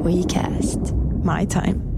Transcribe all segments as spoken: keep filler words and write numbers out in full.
WeCast. My time.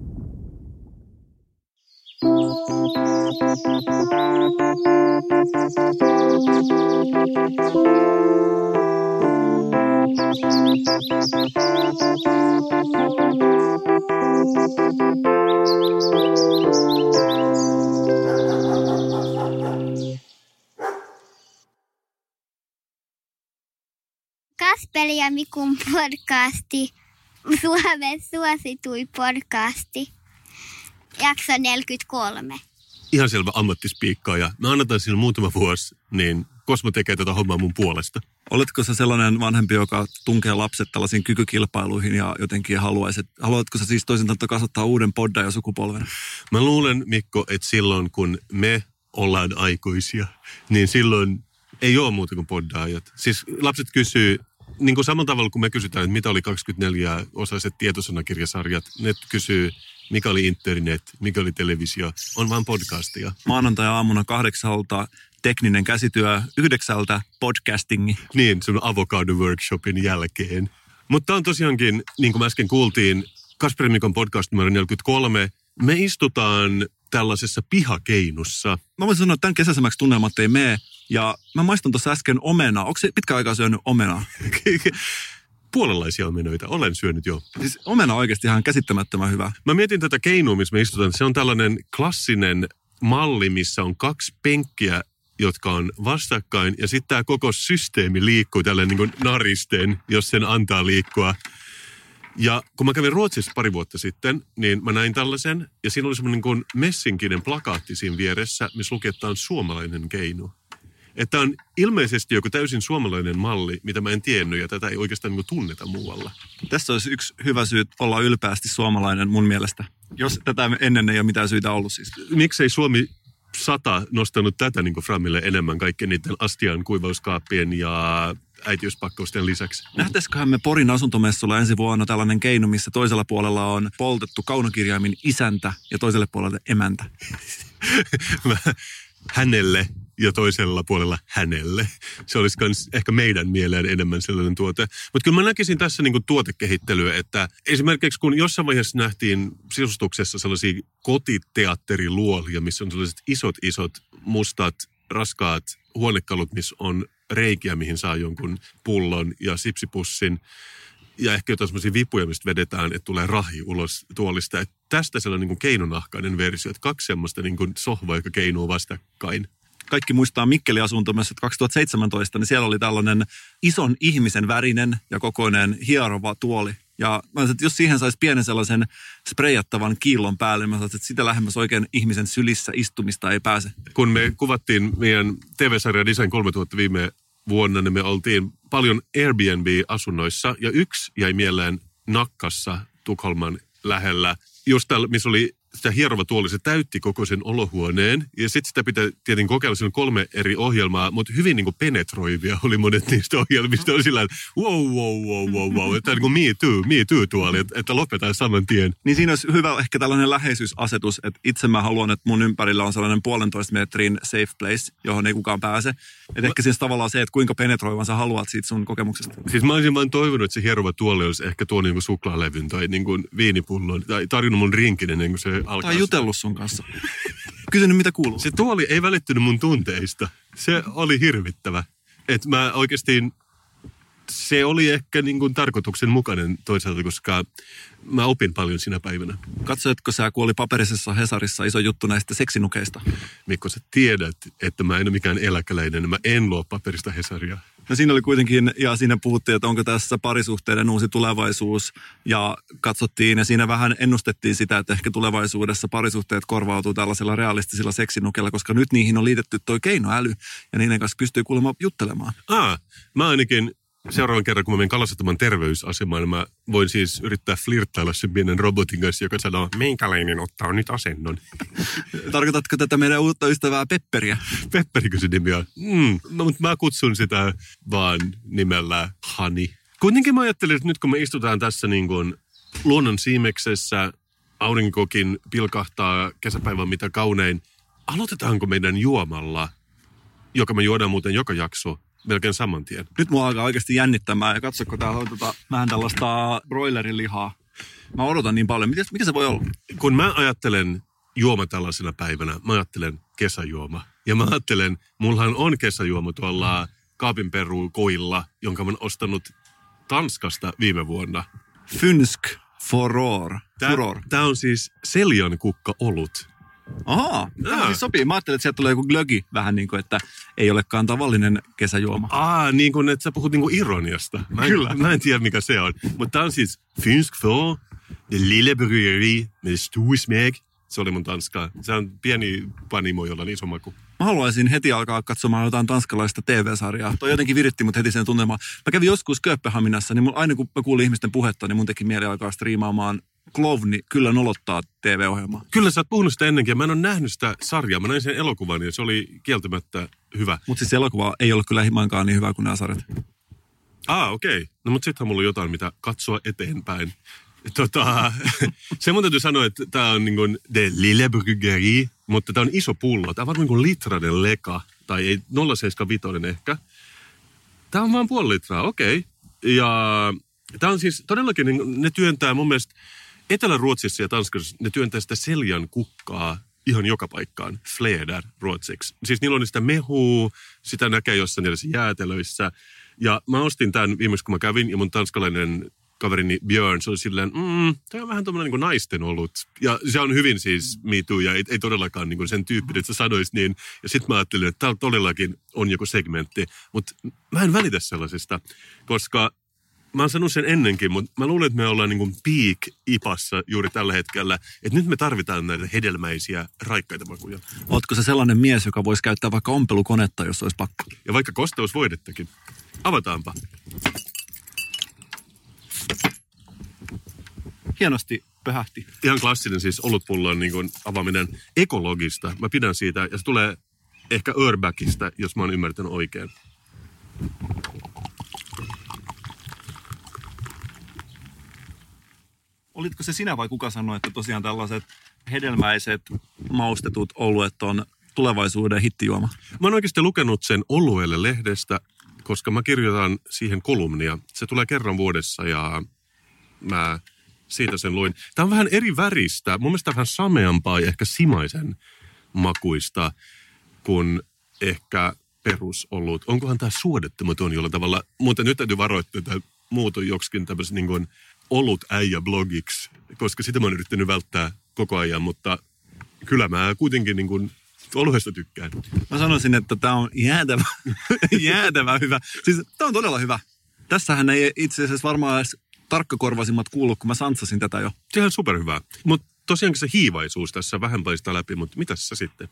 Kasperi ja Mikun podcasti, Suomen suosituin podcasti, jakso neljäkymmentäkolme. Ihan selvä ammattispiikkaaja. Mä annetaan sille muutama vuosi, niin Cosmo tekee tätä hommaa mun puolesta. Oletko sä sellainen vanhempi, joka tunkee lapset tällaisiin kykykilpailuihin ja jotenkin haluaisit, haluatko sä siis toisintaan kasvattaa uuden poddan ja sukupolven? Mä luulen, Mikko, että silloin kun me ollaan aikuisia, niin silloin ei ole muuta kuin poddaajat. Siis lapset kysyy, niin kuin samalla tavalla kuin me kysytään, että mitä oli kaksikymmentäneljä-osaiset tietosanakirjasarjat, ne kysyy, mikä oli internet, mikä oli televisio, on vaan podcastia. Maanantai-aamuna kahdeksalta tekninen käsityö, yhdeksältä podcastingi. Niin, sun avocado-workshopin jälkeen. Mutta on tosiaankin, niin kuin me äsken kuultiin, Kasperi Mikon podcast numero neljäkymmentäkolme. Me istutaan tällaisessa pihakeinussa. Mä voisin sanoa, että tämän kesäisemmäksi tunnelmat ei mene. Ja mä maistan tuossa äsken omenaa. Onko se pitkä aikaa syönyt omenaa? Puolenlaisia omenoita. Olen syönyt jo. Siis omena on oikeasti ihan käsittämättömän hyvä. Mä mietin tätä keinua, missä me istutaan. Se on tällainen klassinen malli, missä on kaksi penkkiä, jotka on vastakkain. Ja sitten tämä koko systeemi liikkuu tällainen niin kuin naristeen, jos sen antaa liikkua. Ja kun mä kävin Ruotsissa pari vuotta sitten, niin mä näin tällaisen. Ja siinä oli semmoinen niin kuin messinkinen plakaatti siinä vieressä, missä luki, että tämä on suomalainen keinu. Että on ilmeisesti joku täysin suomalainen malli, mitä mä en tiennyt, ja tätä ei oikeastaan niin kuin tunneta muualla. Tässä olisi yksi hyvä syy olla ylpeästi suomalainen mun mielestä, jos tätä ennen ei ole mitään syytä ollut siis. Miksei Suomi sata nostanut tätä niin kuin Framille enemmän kaikkien niiden astian kuivauskaappien ja äitiyspakkausten lisäksi? Nähtäisiköhän me Porin asuntomessulla ensi vuonna tällainen keinu, missä toisella puolella on poltettu kaunokirjaimin isäntä ja toiselle puolelle emäntä? Hänelle ja toisella puolella hänelle. Se olisi myös ehkä meidän mieleen enemmän sellainen tuote. Mutta kyllä mä näkisin tässä niinku tuotekehittelyä, että esimerkiksi kun jossain vaiheessa nähtiin sisustuksessa sellaisia kotiteatteriluolia, missä on sellaiset isot, isot, mustat, raskaat huonekalut, missä on reikiä, mihin saa jonkun pullon ja sipsipussin. Ja ehkä jotain sellaisia vipuja, mistä vedetään, että tulee rahi ulos tuolista. Että tästä sellainen niin kuin keinonahkainen versio, että kaksi semmoista niin kuin sohvaa, joka keinuu vastakkain. Kaikki muistaa Mikkelin asuntomessut kaksituhattaseitsemäntoista, niin siellä oli tällainen ison ihmisen värinen ja kokoinen hierova tuoli. Ja mä sanoin, että jos siihen saisi pienen sellaisen sprejattavan kiillon päälle, niin mä sanoin, että sitä lähemmäs oikein ihmisen sylissä istumista ei pääse. Kun me kuvattiin meidän T V-sarja Design kolmetuhatta viime vuonna, niin me oltiin paljon Airbnb-asunnoissa ja yksi jäi mieleen Nakkassa Tukholman lähellä. Just täällä, missä oli sitä hierova tuoli, se täytti koko sen olohuoneen. Ja sitten sitä pitää tietenkin kokeilla, siinä on kolme eri ohjelmaa, mutta hyvin niin kuin penetroivia oli monet niistä ohjelmista. Oli sillä wow, wow, wow, wow, wow. Tämä on niin kuin me too, me too tuoli, että, että lopetaan saman tien. Niin siinä olisi hyvä ehkä tällainen läheisyysasetus, että itse mä haluan, että mun ympärillä on sellainen puolentoista metrin safe place, johon ei kukaan pääse. Että ehkä siis tavallaan se, että kuinka penetroivan sä haluat siitä sun kokemuksesta. Siis mä olisin vaan toivonut, että se hierova tuoli olisi ehkä tuo niin kuin suklaalevyn tai niin kuin viinipullon tai tarjonnut mun rinkin ennen kuin se alkaa. Tai jutellut sun kanssa. Kysynyt, mitä kuuluu. Se tuoli ei välittynyt mun tunteista. Se oli hirvittävä. Että mä oikeasti, se oli ehkä niin kuin tarkoituksenmukainen toisaalta, koska mä opin paljon sinä päivänä. Katsoitko sä, kun oli paperisessa Hesarissa iso juttu näistä seksinukeista? Mikko, sä tiedät, että mä en ole mikään eläkeläinen. Mä en luo paperista Hesaria. No siinä oli kuitenkin, ja siinä puhuttiin, että onko tässä parisuhteiden uusi tulevaisuus, ja katsottiin, ja siinä vähän ennustettiin sitä, että ehkä tulevaisuudessa parisuhteet korvautuu tällaisilla realistisilla seksinukella, koska nyt niihin on liitetty toi keinoäly, ja niiden kanssa pystyy kuulemma juttelemaan. Aa, mä ainakin seuraavan kerran, kun mä menen Kalassataman terveysasemaan, niin mä voin siis yrittää flirttailla sen pienen robotin kanssa, joka sanoo, minkälainen ottaa nyt asennon. Tarkoitatko tätä meidän uutta ystävää Pepperiä? Pepperikö se nimi on? Mm, no, mutta mä kutsun sitä vaan nimellä Hani. Kuitenkin mä ajattelin, että nyt kun me istutaan tässä niin kuin luonnon siimeksessä, aurinkokin pilkahtaa kesäpäivän mitä kaunein, aloitetaanko meidän juomalla, joka me juodaan muuten joka jakso, melkein saman tien. Nyt mua alkaa oikeasti jännittämään ja katsokko täällä on tota, vähän tällaista broilerilihaa. Mä odotan niin paljon. Mikä, mikä se voi olla? Kun mä ajattelen juoma tällaisena päivänä, mä ajattelen kesäjuoma. Ja mä ajattelen, mullahan on kesäjuoma tuolla kaapin perukoilla, jonka mä oon ostanut Tanskasta viime vuonna. Fynsk Furor. Tää, tää on siis Seljan kukka olut. Ahaa, tämä siis sopii. Mä ajattelin, että sieltä tulee joku glögi vähän niin kuin, että ei olekaan tavallinen kesäjuoma. Aa, niin kuin, että sä puhut niin kuin ironiasta. Mä en, Kyllä. Mä en tiedä, mikä se on. Mutta tää on siis Fynsk Furor, de lille bryggeri med stor smag. Se oli mun tanskaa. Se on pieni panimo, jolla on iso maku. Mä haluaisin heti alkaa katsomaan jotain tanskalaista T V-sarjaa. Toi jotenkin viritti mut heti sen tuntemaan. Mä kävin joskus Kööpenhaminassa, niin mun, aina kun mä kuulin ihmisten puhetta, niin mun teki mieli alkaa striimaamaan Klovni kyllä nolottaa T V-ohjelmaa. Kyllä sä oot puhunut sitä ennenkin ja mä en ole nähnyt sitä sarjaa. Mä näin sen elokuvan ja se oli kieltämättä hyvä. Mutta siis elokuva ei ollut kyllä himankaan niin hyvä kuin nämä sarjat. Ah, okei. Okay. No mutta sittenhän mulla on jotain, mitä katsoa eteenpäin. Tota, se mun täytyy sanoa, että tää on niin kuin de lille bryggeri, mutta tää on iso pullo. Tää on varmaan niin kuin litrainen leka, tai ei nolla pilkku seitsemänkymmentäviisi ehkä. Tää on vaan puoli litraa, okei. Okay. Ja tää on siis todellakin, niin ne työntää mun mielestä Etelä-Ruotsissa ja Tanskassa, ne työntää sitä Seljan kukkaa ihan joka paikkaan. Fleder ruotsiksi. Siis niillä on sitä mehua, sitä näkee jossain niissä jäätelöissä. Ja mä ostin tämän viimeksi, kun mä kävin, ja mun tanskalainen kaverini Björn, se oli silleen, mm, tämä on vähän tommoinen niin kuin naisten olut. Ja se on hyvin siis Me Too, ja ei, ei todellakaan niin kuin sen tyyppinen, että sä sanois niin. Ja sit mä ajattelin, että täällä todellakin on joku segmentti. Mutta mä en välitä sellaisesta, koska mä oon sanonut sen ennenkin, mutta mä luulen, että me ollaan niin kuin peak-ipassa juuri tällä hetkellä. Että nyt me tarvitaan näitä hedelmäisiä, raikkaita makuja. Ootko sä sellainen mies, joka voisi käyttää vaikka ompelukonetta, jos olisi pakko? Ja vaikka kosteusvoidettakin. Avataanpa. Hienosti pöhähti. Ihan klassinen siis olutpullon niin kuin avaaminen ekologista. Mä pidän siitä ja se tulee ehkä Urbackista, jos mä oon ymmärtänyt oikein. Olitko se sinä vai kuka sanoi, että tosiaan tällaiset hedelmäiset maustetut oluet on tulevaisuuden hittijuoma? Mä oon oikeasti lukenut sen Oluelle lehdestä, koska mä kirjoitan siihen kolumnia. Se tulee kerran vuodessa ja mä siitä sen luin. Tää on vähän eri väristä. Mun mielestä vähän sameampaa ja ehkä simaisen makuista kuin ehkä perusolut. Onkohan tää suodattamaton jollain tavalla? Mutta nyt täytyy varoittaa, että muut on joksikin tämmöisen niin kuin olut äijä blogiksi, koska sitä mä oon yrittänyt välttää koko ajan, mutta kyllä mä kuitenkin niin kuin oluesta tykkään. Mä sanoisin, että tää on jäätävä, jäätävä hyvä. Siis tää on todella hyvä. Tässähän ei itse asiassa varmaan edes tarkkakorvaisimmat kuulu, kun mä santsasin tätä jo. Se on superhyvää. Mutta tosiaankin se hiivaisuus tässä vähän paistaa läpi, mutta mitäs sä sitten?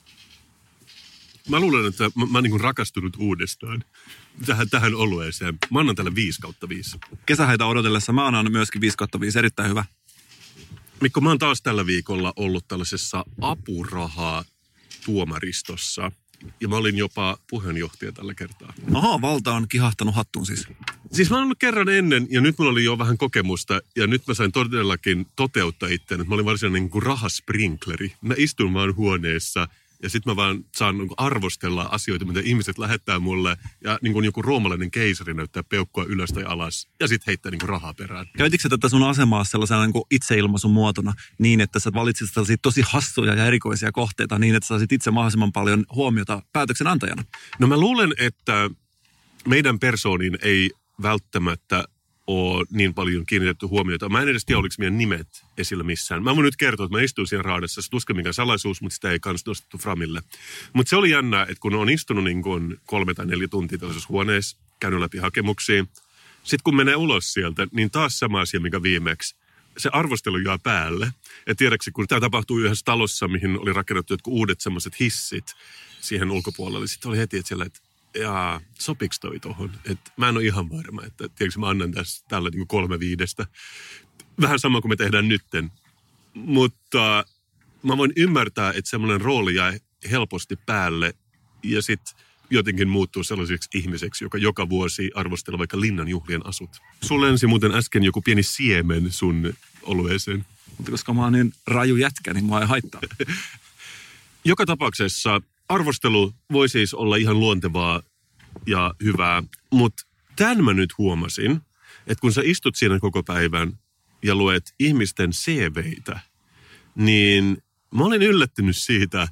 Mä luulen, että mä, mä oon niin kuin rakastunut uudestaan tähän, tähän olueeseen. Mä annan tälle viisi kautta viisi. Kesäheitä odotellessa mä annan myöskin viisi kautta viisi, erittäin hyvä. Mikko, mä oon taas tällä viikolla ollut tällaisessa apuraha-tuomaristossa. Ja mä olin jopa puheenjohtaja tällä kertaa. Oho, valta on kihahtanut hattuun siis. Siis mä oon ollut kerran ennen ja nyt mulla oli jo vähän kokemusta. Ja nyt mä sain todellakin toteuttaa itseäni. Mä olin varsinainen niin kuin rahasprinkkleri. Mä istun vaan huoneessa. Ja sit mä vaan saan niin kuin arvostella asioita, mitä ihmiset lähettää mulle. Ja niin kuin joku roomalainen keisari näyttää peukkua ylös tai alas. Ja sit heittää niin kuin rahaa perään. Käytitkö tätä sun asemaa sellaisena niin kuin itseilmaisun muotona niin, että sä valitsit sellaisia tosi hassuja ja erikoisia kohteita niin, että sä saisit itse mahdollisimman paljon huomiota päätöksen antajana? No mä luulen, että meidän persoonin ei välttämättä ole niin paljon kiinnitetty huomiota. Mä en edes tiedä, oliko meidän nimet esillä missään. Mä voin nyt kertoa, että mä istuin siinä raadassa. Se tuskin mikään salaisuus, mutta sitä ei kans nostettu framille. Mutta se oli jännää, että kun on istunut niin kuin kolme tai neljä tuntia tällaisessa huoneessa, käynyt läpi hakemuksia. Sitten kun menee ulos sieltä, niin taas sama asia, mikä viimeksi. Se arvostelu jää päälle. Ja tiedätkö, kun tämä tapahtui yhdessä talossa, mihin oli rakennettu jotkut uudet semmoiset hissit siihen ulkopuolelle. Sitten oli heti, että siellä, että jaa, sopiks toi tohon? Että mä en ole ihan varma, että tiedätkö, mä annan tässä tällä niin kuin kolme viidestä. Vähän sama kuin me tehdään nytten. Mutta mä voin ymmärtää, että semmoinen rooli jää helposti päälle ja sitten jotenkin muuttuu sellaiseksi ihmiseksi, joka joka vuosi arvostelee vaikka linnanjuhlien asut. Sulla lensi muuten äsken joku pieni siemen sun olueeseen. Mutta koska mä oon niin raju jätkä, niin mua ei haittaa. Joka tapauksessa arvostelu voi siis olla ihan luontevaa ja hyvää. Mutta tämän mä nyt huomasin, että kun sä istut siinä koko päivän ja luet ihmisten C V:itä, niin mä olin yllättynyt siitä,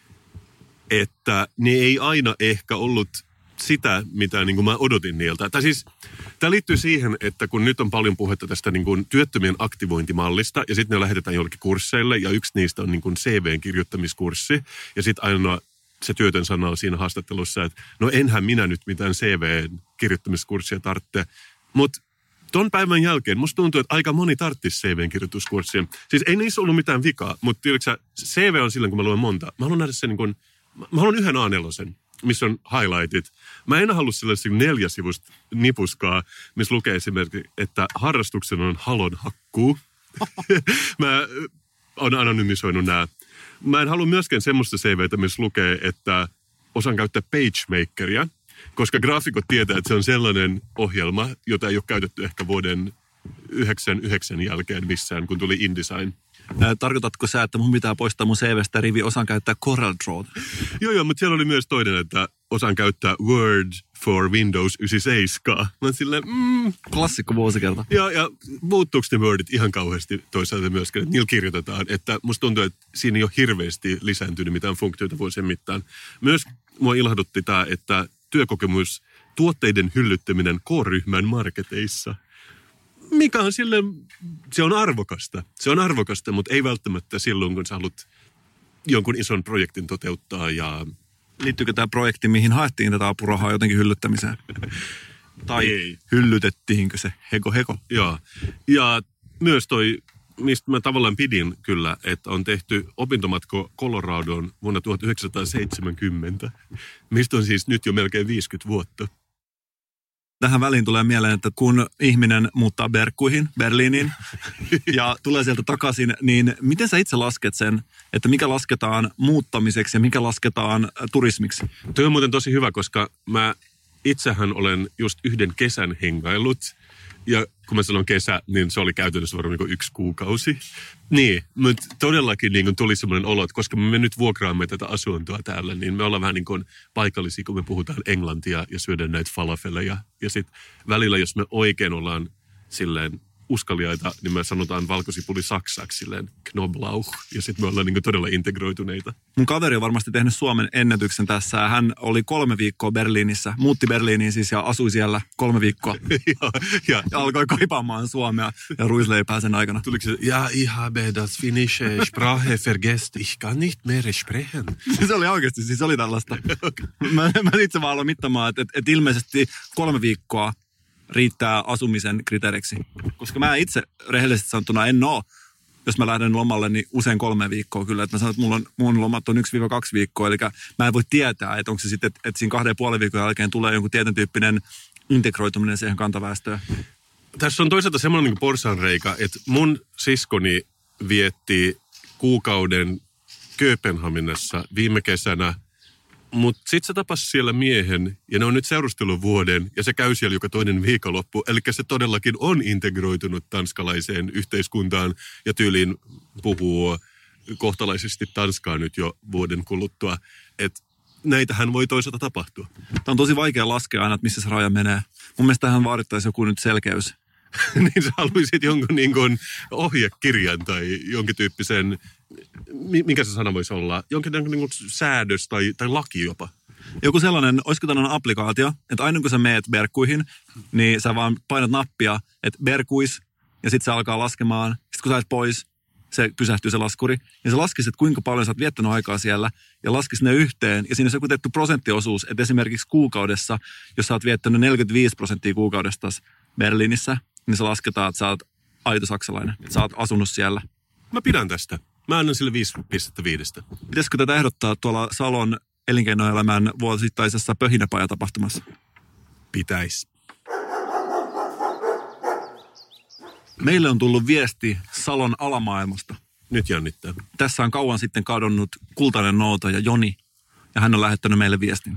että ne ei aina ehkä ollut sitä, mitä niin kuin mä odotin niiltä. Tai siis tämä liittyy siihen, että kun nyt on paljon puhetta tästä niin kuin työttömien aktivointimallista, ja sitten ne lähetetään jollekin kursseille, ja yksi niistä on niin kuin C V:n kirjoittamiskurssi, ja sitten aina se työtön sanoo siinä haastattelussa, että no enhän minä nyt mitään C V:n kirjoittamiskurssia tarvitse. Mutta ton päivän jälkeen musta tuntuu, että aika moni tarttisi C V:n kirjoituskurssia. Siis ei niissä ollut mitään vikaa, mutta tiedätkö, C V on silloin, kun mä luen monta. Mä haluan nähdä sen niin kuin, mä haluan yhden A neljä, missä on highlightit. Mä en halua sellaista neljä sivusta nipuskaa, missä lukee esimerkiksi, että harrastuksen on halon hakkuu. Mä oon anonymisoinut nämä. Mä en halua myöskään semmoista C V:tä, missä lukee, että osaan käyttää PageMakeria, koska graafikot tietää, että se on sellainen ohjelma, jota ei ole käytetty ehkä vuoden yhdeksänkymmentäyhdeksän jälkeen missään, kun tuli InDesign. Tarkoitatko sä, että mun pitää poistaa mun C V:stä rivi osaan käyttää CorelDRAW? Joo, joo, mutta siellä oli myös toinen, että osaan käyttää Word for Windows yhdeksänkymmentäseitsemän. Mä oon silleen, mm. Klassikko vuosikerta. Ja, ja muuttuuko ne Wordit ihan kauheasti toisaalta myöskin, että niillä kirjoitetaan. Että musta tuntuu, että siinä ei ole hirveästi lisääntynyt mitään funktioita vuosien mittaan. Myös mua ilahdutti tämä, että työkokemus, tuotteiden hyllyttäminen K-ryhmän marketeissa. Mikä on silleen, se on arvokasta. Se on arvokasta, mutta ei välttämättä silloin, kun sä haluat jonkun ison projektin toteuttaa. Ja liittyykö tämä projekti, mihin haettiin tätä apurahaa jotenkin hyllyttämiseen? Tai ei. Hyllytettiinkö se heko heko? Joo. Ja myös toi, mistä mä tavallaan pidin kyllä, että on tehty opintomatko Coloradoon vuonna tuhatyhdeksänsataaseitsemänkymmentä, mistä on siis nyt jo melkein viisikymmentä vuotta. Tähän väliin tulee mieleen, että kun ihminen muuttaa Berkkuihin, Berliiniin, ja tulee sieltä takaisin, niin miten sä itse lasket sen, että mikä lasketaan muuttamiseksi ja mikä lasketaan turismiksi? Tuo on muuten tosi hyvä, koska mä itsehän olen just yhden kesän hengailut, ja kun mä sanon kesä, niin se oli käytännössä varmaan niin yksi kuukausi. Niin, mutta todellakin niin tuli semmoinen olo, että koska me nyt vuokraamme tätä asuntoa täällä, niin me ollaan vähän niin kuin paikallisia, kun me puhutaan englantia ja syödään näitä falafeleja. Ja sitten välillä, jos me oikein ollaan silleen uskaliaita, niin me sanotaan valkosipuli saksaksi silleen knoblauch. Ja sitten me ollaan niin todella integroituneita. Mun kaveri on varmasti tehnyt Suomen ennätyksen tässä. Hän oli kolme viikkoa Berliinissä, muutti Berliiniin siis ja asui siellä kolme viikkoa. ja, ja, ja alkoi kaipaamaan Suomea ja ruisleipää sen aikana. Tuliko se, ja ich habe das finnische Sprache vergesst, ich kann nicht mehr sprechen. Se oli oikeasti, siis oli tällaista. mä, mä itse vaan aloin mittamaan, että, että, että ilmeisesti kolme viikkoa riittää asumisen kriteeriksi. Koska mä itse rehellisesti sanottuna en oo, jos mä lähden lomalle, niin usein kolme viikkoa kyllä. Että mä sanon, että mulla on, mun lomat on yksi kaksi viikkoa, eli mä en voi tietää, että onko se sitten, että, että siinä kahden ja puolen viikon jälkeen tulee jonkun tietyn tyyppinen integroituminen siihen kantaväestöön. Tässä on toisaalta semmoinen niin porsaanreikä, että mun siskoni vietti kuukauden Kööpenhaminassa viime kesänä, mutta sitten se tapasi siellä miehen, ja ne on nyt seurustellut vuoden, ja se käy siellä joka toinen viikonloppu. Eli se todellakin on integroitunut tanskalaiseen yhteiskuntaan, ja tyyliin puhuu kohtalaisesti tanskaa nyt jo vuoden kuluttua. Että näitähän voi toisaalta tapahtua. Tämä on tosi vaikea laskea aina, että missä se raja menee. Mun mielestä tähän vaadittaisi joku nyt selkeys. Niin sä haluaisit jonkun niin kuin ohjekirjan tai jonkin tyyppisen, mikä se sana voisi olla, jonkin niin kuin säädös tai, tai laki jopa. Joku sellainen, olisiko tällainen applikaatio, että aina kun sä meet Berkkuihin, niin sä vaan painat nappia, että Berkkuis, ja sitten se alkaa laskemaan. Sitten kun sä et pois, se pysähtyy se laskuri. Ja se laskisi, että kuinka paljon sä oot viettänyt aikaa siellä, ja laskisi ne yhteen. Ja siinä on se joku tietty prosenttiosuus, että esimerkiksi kuukaudessa, jos sä oot viettänyt neljäkymmentäviisi prosenttia kuukaudesta Berliinissä, niin se lasketaan, että sä oot aito saksalainen. Että sä oot asunut siellä. Mä pidän tästä. Mä annan sille viisi pistettä viidestä. Pitäisikö tätä ehdottaa tuolla Salon elinkeinoelämän vuosittaisessa pöhinäpajatapahtumassa? Pitäis. Meille on tullut viesti Salon alamaailmasta. Nyt jännittää. Tässä on kauan sitten kadonnut kultainen noutaja Joni, ja hän on lähettänyt meille viestin.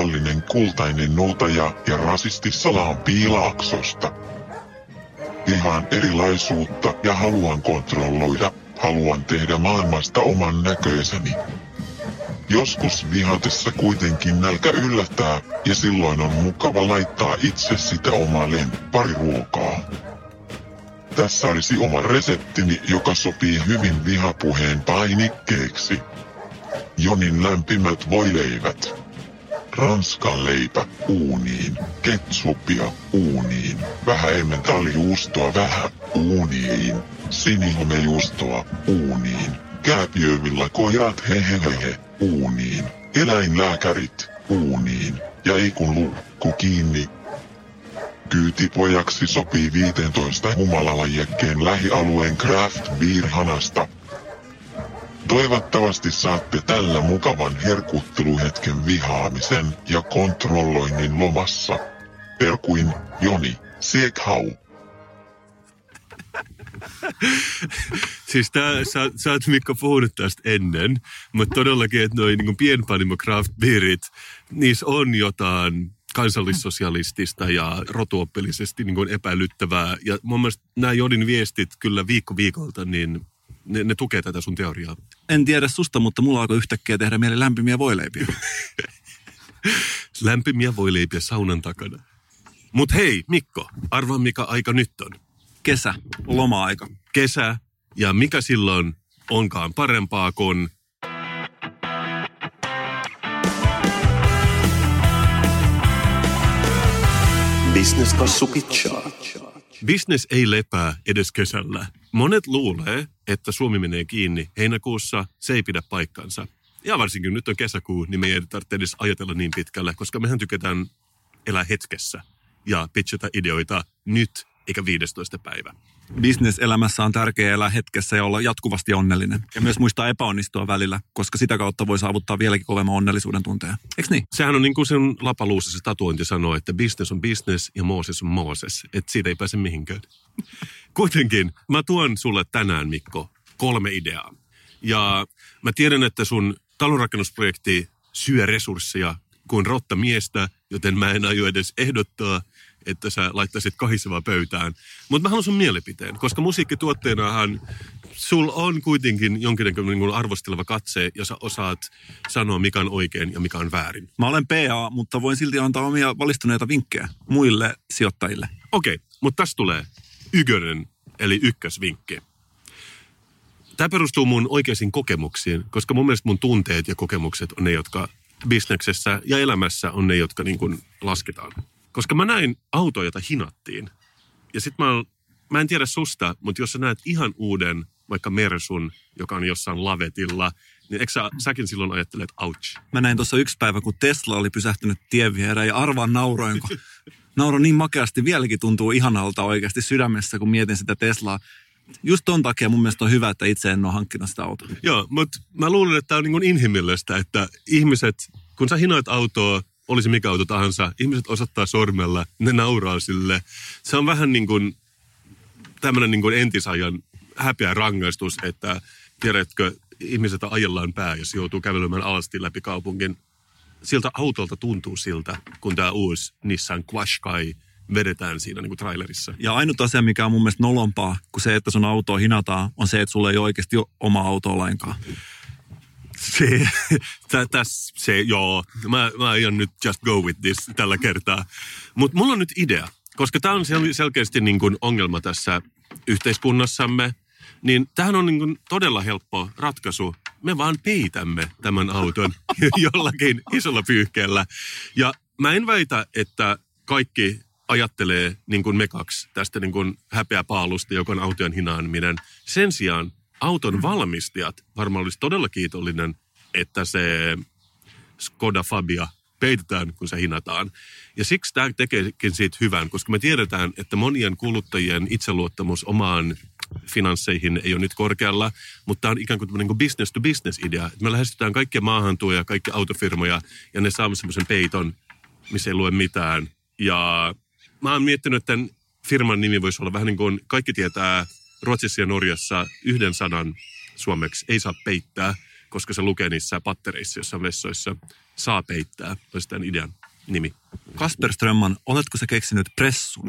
viallinen kultainen noutaja ja rasisti Salaan Piilaaksosta. Vihaan erilaisuutta ja haluan kontrolloida, haluan tehdä maailmasta oman näköiseni. Joskus vihatessa kuitenkin nälkä yllättää, ja silloin on mukava laittaa itse sitä omaa lemppariruokaa. Tässä olisi oma reseptini, joka sopii hyvin vihapuheen painikkeeksi. Jonin lämpimät voileivät. Ranskan leipä uuniin, ketsupia uuniin, vähän emmentaalijuustoa vähän uuniin, sinihomejuustoa uuniin, kääpiövillä koirat hehehehe uuniin, eläinlääkärit uuniin ja ei kun luukku kiinni. Kyytipojaksi sopii viisitoista humalalajekkeen lähialueen craft beer-hanasta. Toivottavasti saatte tällä mukavan herkutteluhetken vihaamisen ja kontrolloinnin lomassa. Terkuin, Joni, Siekhau. Siis tää, sä, sä oot Mikko puhunut tästä ennen, mutta todellakin, että noi niin pienpanimo craft beerit, niissä on jotain kansallissosialistista ja rotuoppillisesti niin kuin epäilyttävää. Ja mun mielestä nämä Jonin viestit kyllä viikko viikolta, niin ne, ne tukee tätä sun teoriaa. En tiedä susta, mutta mulla alkoi yhtäkkiä tehdä mieli lämpimiä voileipiä. Lämpimiä voileipiä saunan takana. Mut hei, Mikko, arvaa mikä aika nyt on. Kesä, loma-aika. Kesä, ja mikä silloin onkaan parempaa kuin... Business-kassu pitchaa. Business ei lepää edes kesällä. Monet luulee, että Suomi menee kiinni heinäkuussa, se ei pidä paikkansa. Ja varsinkin nyt on kesäkuu, niin me ei tarvitse edes ajatella niin pitkälle, koska mehän tykätään elää hetkessä ja pitchata ideoita nyt eikä viidestoista päivä. Business-elämässä on tärkeää elää hetkessä ja olla jatkuvasti onnellinen. Ja myös muistaa epäonnistua välillä, koska sitä kautta voi saavuttaa vieläkin kovemman onnellisuuden tunteja. Eikö niin? Sehän on niin kuin sen lapaluussa se tatuointi sanoo, että business on business ja Mooses on Mooses. Että siitä ei pääse mihinkään. Kuitenkin mä tuon sulle tänään, Mikko, kolme ideaa. Ja mä tiedän, että sun talonrakennusprojekti syö resursseja kuin rottamiestä, joten mä en aio edes ehdottaa, että sä laittaisit kahisevaa pöytään. Mutta mä haluan sun mielipiteen, koska musiikkituotteenahan sul on kuitenkin jonkinnäköinen niin arvosteleva katse, ja sä osaat sanoa, mikä on oikein ja mikä on väärin. Mä olen P A, mutta voin silti antaa omia valistuneita vinkkejä muille sijoittajille. Okei, okay, mutta tässä tulee ykkönen, eli ykkösvinkki. Tämä perustuu mun oikeisiin kokemuksiin, koska mun mielestä mun tunteet ja kokemukset on ne, jotka bisneksessä ja elämässä on ne, jotka niin kuin lasketaan. Koska mä näin autoja, joita hinattiin. Ja sit mä, mä en tiedä susta, mutta jos sä näet ihan uuden, vaikka Mersun, joka on jossain lavetilla, niin eikö sä, säkin silloin ajattelet, ouch? Mä näin tuossa yksi päivä, kun Tesla oli pysähtynyt tien viereen ja arvaan nauroin, kun nauroin niin makeasti. Vieläkin tuntuu ihanalta oikeasti sydämessä, kun mietin sitä Teslaa. Just ton takia mun mielestä on hyvä, että itse en ole hankkinut sitä autoa. Joo, mutta mä luulen, että tämä on niin kuin inhimillistä, että ihmiset, kun sä hinoit autoa, olisi mikä auto tahansa, ihmiset osoittaa sormella, ne nauraa sille. Se on vähän niin kuin tämmöinen niin kuin entisajan häpeä rangaistus, että tiedätkö, ihmiset ajellaan pää, jos joutuu kävelemään alasti läpi kaupungin. Siltä autolta tuntuu siltä, kun tämä uusi Nissan Qashqai vedetään siinä niin kuin trailerissa. Ja ainut asia, mikä on mun mielestä nolompaa, kuin se, että sun autoa hinataan, on se, että sulla ei oikeasti ole oma autoa lainkaan. Se, tä, täs, se, joo. Mä, mä aion nyt just go with this tällä kertaa. Mutta mulla on nyt idea, koska tämä on sel- selkeästi niin kuin ongelma tässä yhteiskunnassamme, niin tämähän on niin kuin todella helppo ratkaisu. Me vaan peitämme tämän auton jollakin isolla pyyhkeellä. Ja mä en väitä, että kaikki ajattelee niin kuin me kaksi tästä niin kuin häpeäpaalusta, joka on autojen hinaaminen. Sen sijaan auton valmistajat varmaan olisi todella kiitollinen, että se Skoda Fabia peitetään, kun se hinataan. Ja siksi tämä tekeekin siitä hyvän, koska me tiedetään, että monien kuluttajien itseluottamus omaan finansseihin ei ole nyt korkealla, mutta tämä on ikään kuin niin kuin business to business idea. Me lähestytään kaikkia maahantuoja, kaikkia autofirmoja, ja ne saamme semmoisen peiton, missä ei lue mitään. Ja mä oon miettinyt, että tämän firman nimi voisi olla vähän niin kuin kaikki tietää Ruotsissa ja Norjassa yhden sanan suomeksi ei saa peittää, koska se lukee niissä pattereissa jossain vessoissa. saa peittää, olisi tämän idean nimi. Kasper Strömman, oletko sä keksinyt pressun?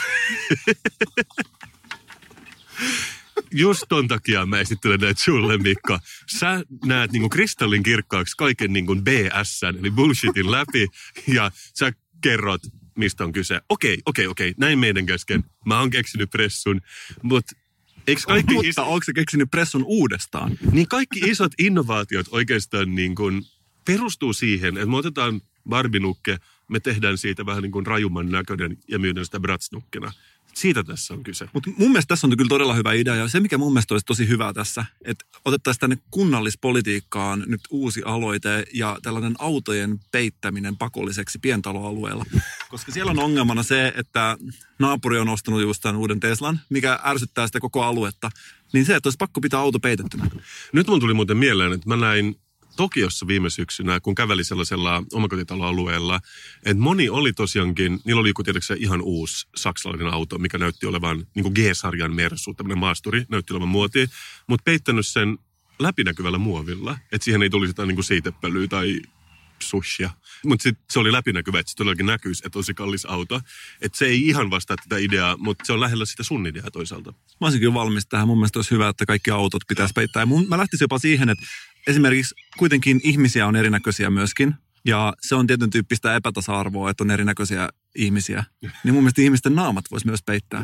Just ton takia mä esittelen näitä sulle, Mikko. Sä näet niinku kristallin kirkkaaksi kaiken niinku B S:n, eli bullshitin läpi, ja sä kerrot, mistä on kyse. Okei, okei, okei, näin meidän kesken. Mä oon keksinyt pressun, mutta eikö kaikki... Mutta iso... onko sä keksinyt pressun uudestaan? Niin kaikki isot innovaatiot oikeastaan niin kuin perustuu siihen, että me otetaan Barbie-nukke, me tehdään siitä vähän niin kuin rajumman näköinen ja myydään sitä Bratz-nukkena. Siitä tässä on kyse. Mutta mun mielestä tässä on kyllä todella hyvä idea. Ja se, mikä mun mielestä olisi tosi hyvää tässä, että otettaisiin tänne kunnallispolitiikkaan nyt uusi aloite ja tällainen autojen peittäminen pakolliseksi pientaloalueella. Koska siellä on ongelmana se, että naapuri on ostanut just tämän uuden Teslan, mikä ärsyttää sitä koko aluetta. Niin se, että olisi pakko pitää auto peitettynä. Nyt mun tuli muuten mieleen, että mä näin Tokiossa viime syksynä, kun käveli sellaisella omakotitaloalueella, että moni oli tosiaankin, niillä oli tietysti ihan uusi saksalainen auto, mikä näytti olevan niin kuin G-sarjan Mersu, tämmöinen maasturi, näytti olevan muotia, mutta peittänyt sen läpinäkyvällä muovilla, että siihen ei tulisi jotain niin kuin seitepölyä tai sushia. Mutta sitten se oli läpinäkyvä, että se todellakin näkyisi, että olisi kallis auto. Että se ei ihan vastaa tätä ideaa, mutta se on lähellä sitä sun ideaa toisaalta. Mä olisin kyllä valmis tähän. Mun mielestä olisi hyvä, että kaikki autot pitäisi peittää. Ja mun, mä lähtisin jopa siihen, että esimerkiksi kuitenkin ihmisiä on erinäköisiä myöskin. Ja se on tietyn tyyppistä epätasa-arvoa, että on erinäköisiä ihmisiä. Niin mun mielestä ihmisten naamat voisi myös peittää.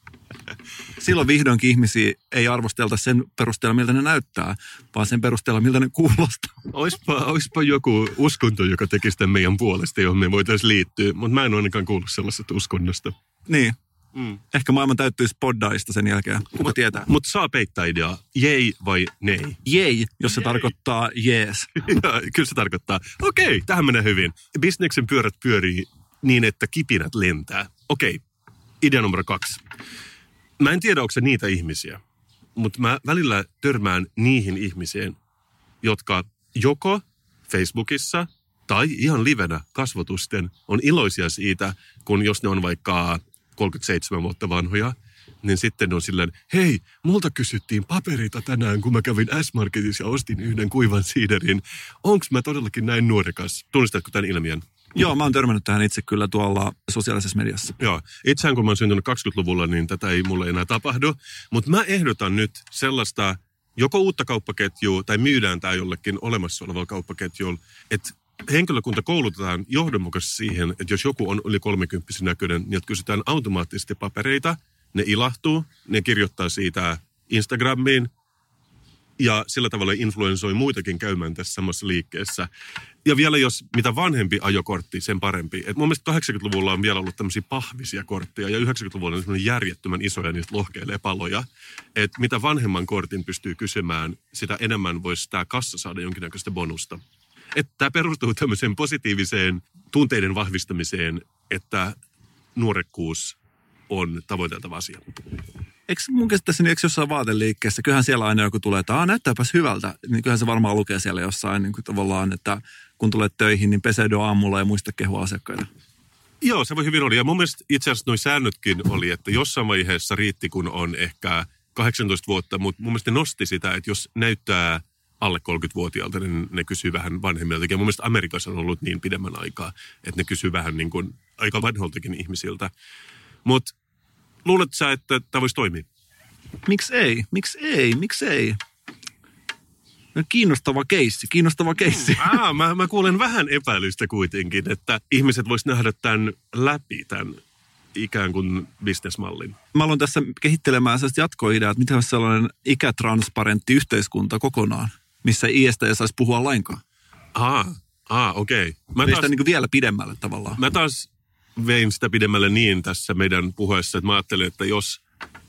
Silloin vihdoinkin ihmisiä ei arvostelta sen perusteella, miltä ne näyttää, vaan sen perusteella, miltä ne kuulostaa. Oispa, oispa joku uskonto, joka tekisi tämän meidän puolesta, johon me voitaisiin liittyä, mutta mä en ole ainakaan kuullut sellaisesta uskonnosta. Niin. Mm. Ehkä maailma täyttyisi poddaista sen jälkeen, kuka tietää. Mutta saa peittää ideaa, jei vai nei? Jei, jos se jei. Tarkoittaa jees. Kyllä se tarkoittaa. Okei, tähän menee hyvin. Bisneksen pyörät pyörii niin, että kipinät lentää. Okei, idea numero kaksi. Mä en tiedä, onko se niitä ihmisiä, mutta mä välillä törmään niihin ihmisiin, jotka joko Facebookissa tai ihan livenä kasvotusten on iloisia siitä, kun jos ne on vaikka kolmekymmentäseitsemän vuotta vanhoja, niin sitten ne on silleen, hei, multa kysyttiin paperita tänään, kun mä kävin S-Marketissa ja ostin yhden kuivan siiderin. Onks mä todellakin näin nuorekas? Tunnistatko tämän ilmiön? Joo, mä oon törmännyt tähän itse kyllä tuolla sosiaalisessa mediassa. Joo, itseään kun mä oon syntynyt kaksikymmentäluvulla, niin tätä ei mulle enää tapahdu. Mutta mä ehdotan nyt sellaista joko uutta kauppaketjua tai myydään tämä jollekin olemassa olevalla kauppaketjulla, että henkilökunta koulutetaan johdonmukaisesti siihen, että jos joku on yli kolmekymppisen näköinen, niin että kysytään automaattisesti papereita, ne ilahtuu, ne kirjoittaa siitä Instagramiin ja sillä tavalla influensoi muitakin käymään tässä samassa liikkeessä. Ja vielä jos mitä vanhempi ajokortti, sen parempi. Et mun mielestä kahdeksankymmentäluvulla on vielä ollut tämmöisiä pahvisia kortteja ja yhdeksänkymmentäluvulla on semmoinen järjettömän isoja, niistä lohkeilee paloja. Että mitä vanhemman kortin pystyy kysymään, sitä enemmän voisi tämä kassa saada jonkinnäköistä bonusta. Että tämä perustuu tämmöiseen positiiviseen tunteiden vahvistamiseen, että nuorekkuus on tavoiteltava asia. Eikö mun käsittääkseni, eikö jossain vaateliikkeessä, kyllähän siellä aina joku tulee, että aah, näyttääpäs hyvältä, niin kyllähän se varmaan lukee siellä jossain niin kuin tavallaan, että kun tulet töihin, niin peseydy aamulla ja muista kehua asiakkaita. Joo, se voi hyvin olla. Ja mun mielestä itse asiassa nuo säännötkin oli, että jossain vaiheessa riitti, kun on ehkä kahdeksantoista vuotta, mutta mun mielestä ne nosti sitä, että jos näyttää alle kolmekymmentävuotiaalta, niin ne kysyy vähän vanhemmilta. Ja mun mielestä Amerikassa on ollut niin pidemmän aikaa, että ne kysyy vähän niin kuin aika vanholtakin ihmisiltä. Mutta luuletko sä, että tämä voisi toimia? Miksi ei? Miksi ei? Miksi ei? No, kiinnostava keissi, kiinnostava keissi. Ah, mä, mä kuulen vähän epäilystä kuitenkin, että ihmiset vois nähdä tämän läpi, tämän ikään kuin bisnesmallin. Mä aloin tässä kehittelemään sellaista jatkoideaa, että miten olisi sellainen ikätransparentti yhteiskunta kokonaan, missä iästä ei saisi puhua lainkaan. Ah, ah okei. Okay. Mä taas niin kuin vielä pidemmälle tavallaan. Mä taas vein sitä pidemmälle niin tässä meidän puheessa, että mä ajattelin, että jos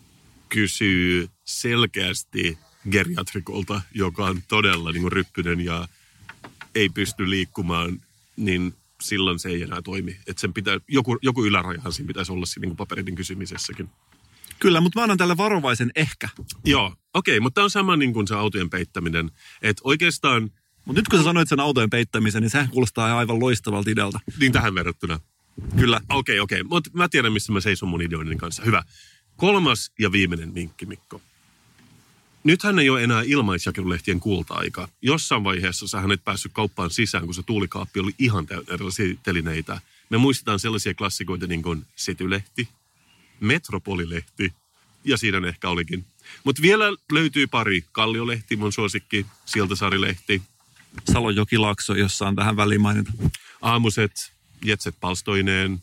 kysyy selkeästi geriatrikolta, joka on todella niin kuin ryppyinen ja ei pysty liikkumaan, niin silloin se ei enää toimi. Että sen pitää, joku, joku ylärajahan siinä pitäisi olla siinä niin kuin papereiden kysymisessäkin. Kyllä, mutta mä annan tälle varovaisen ehkä. Joo, okei, okay, mutta tämä on sama niin kuin se autojen peittäminen. Että oikeastaan... Mutta nyt kun sä sanoit sen autojen peittämisen, niin sehän kuulostaa aivan loistavalta idealta. Niin tähän verrattuna. Kyllä. Okei, okay, okei. Okay. Mutta mä tiedän, missä mä seison mun ideoiden kanssa. Hyvä. Kolmas ja viimeinen vinkki, Mikko. Nythän ei ole enää ilmaisjakelulehtien kulta-aika. Jossain vaiheessa sä et päässyt kauppaan sisään, kun se tuulikaappi oli ihan täynnä erilaisia telineitä. Me muistetaan sellaisia klassikoita niin kuin Setylehti, Metropolilehti ja siinä ehkä olikin. Mutta vielä löytyy pari. Kalliolehti, mun suosikki, Siltasaari-lehti. Salonjokilakso, jossa on tähän väliin mainita. Aamuset, Jetset palstoineen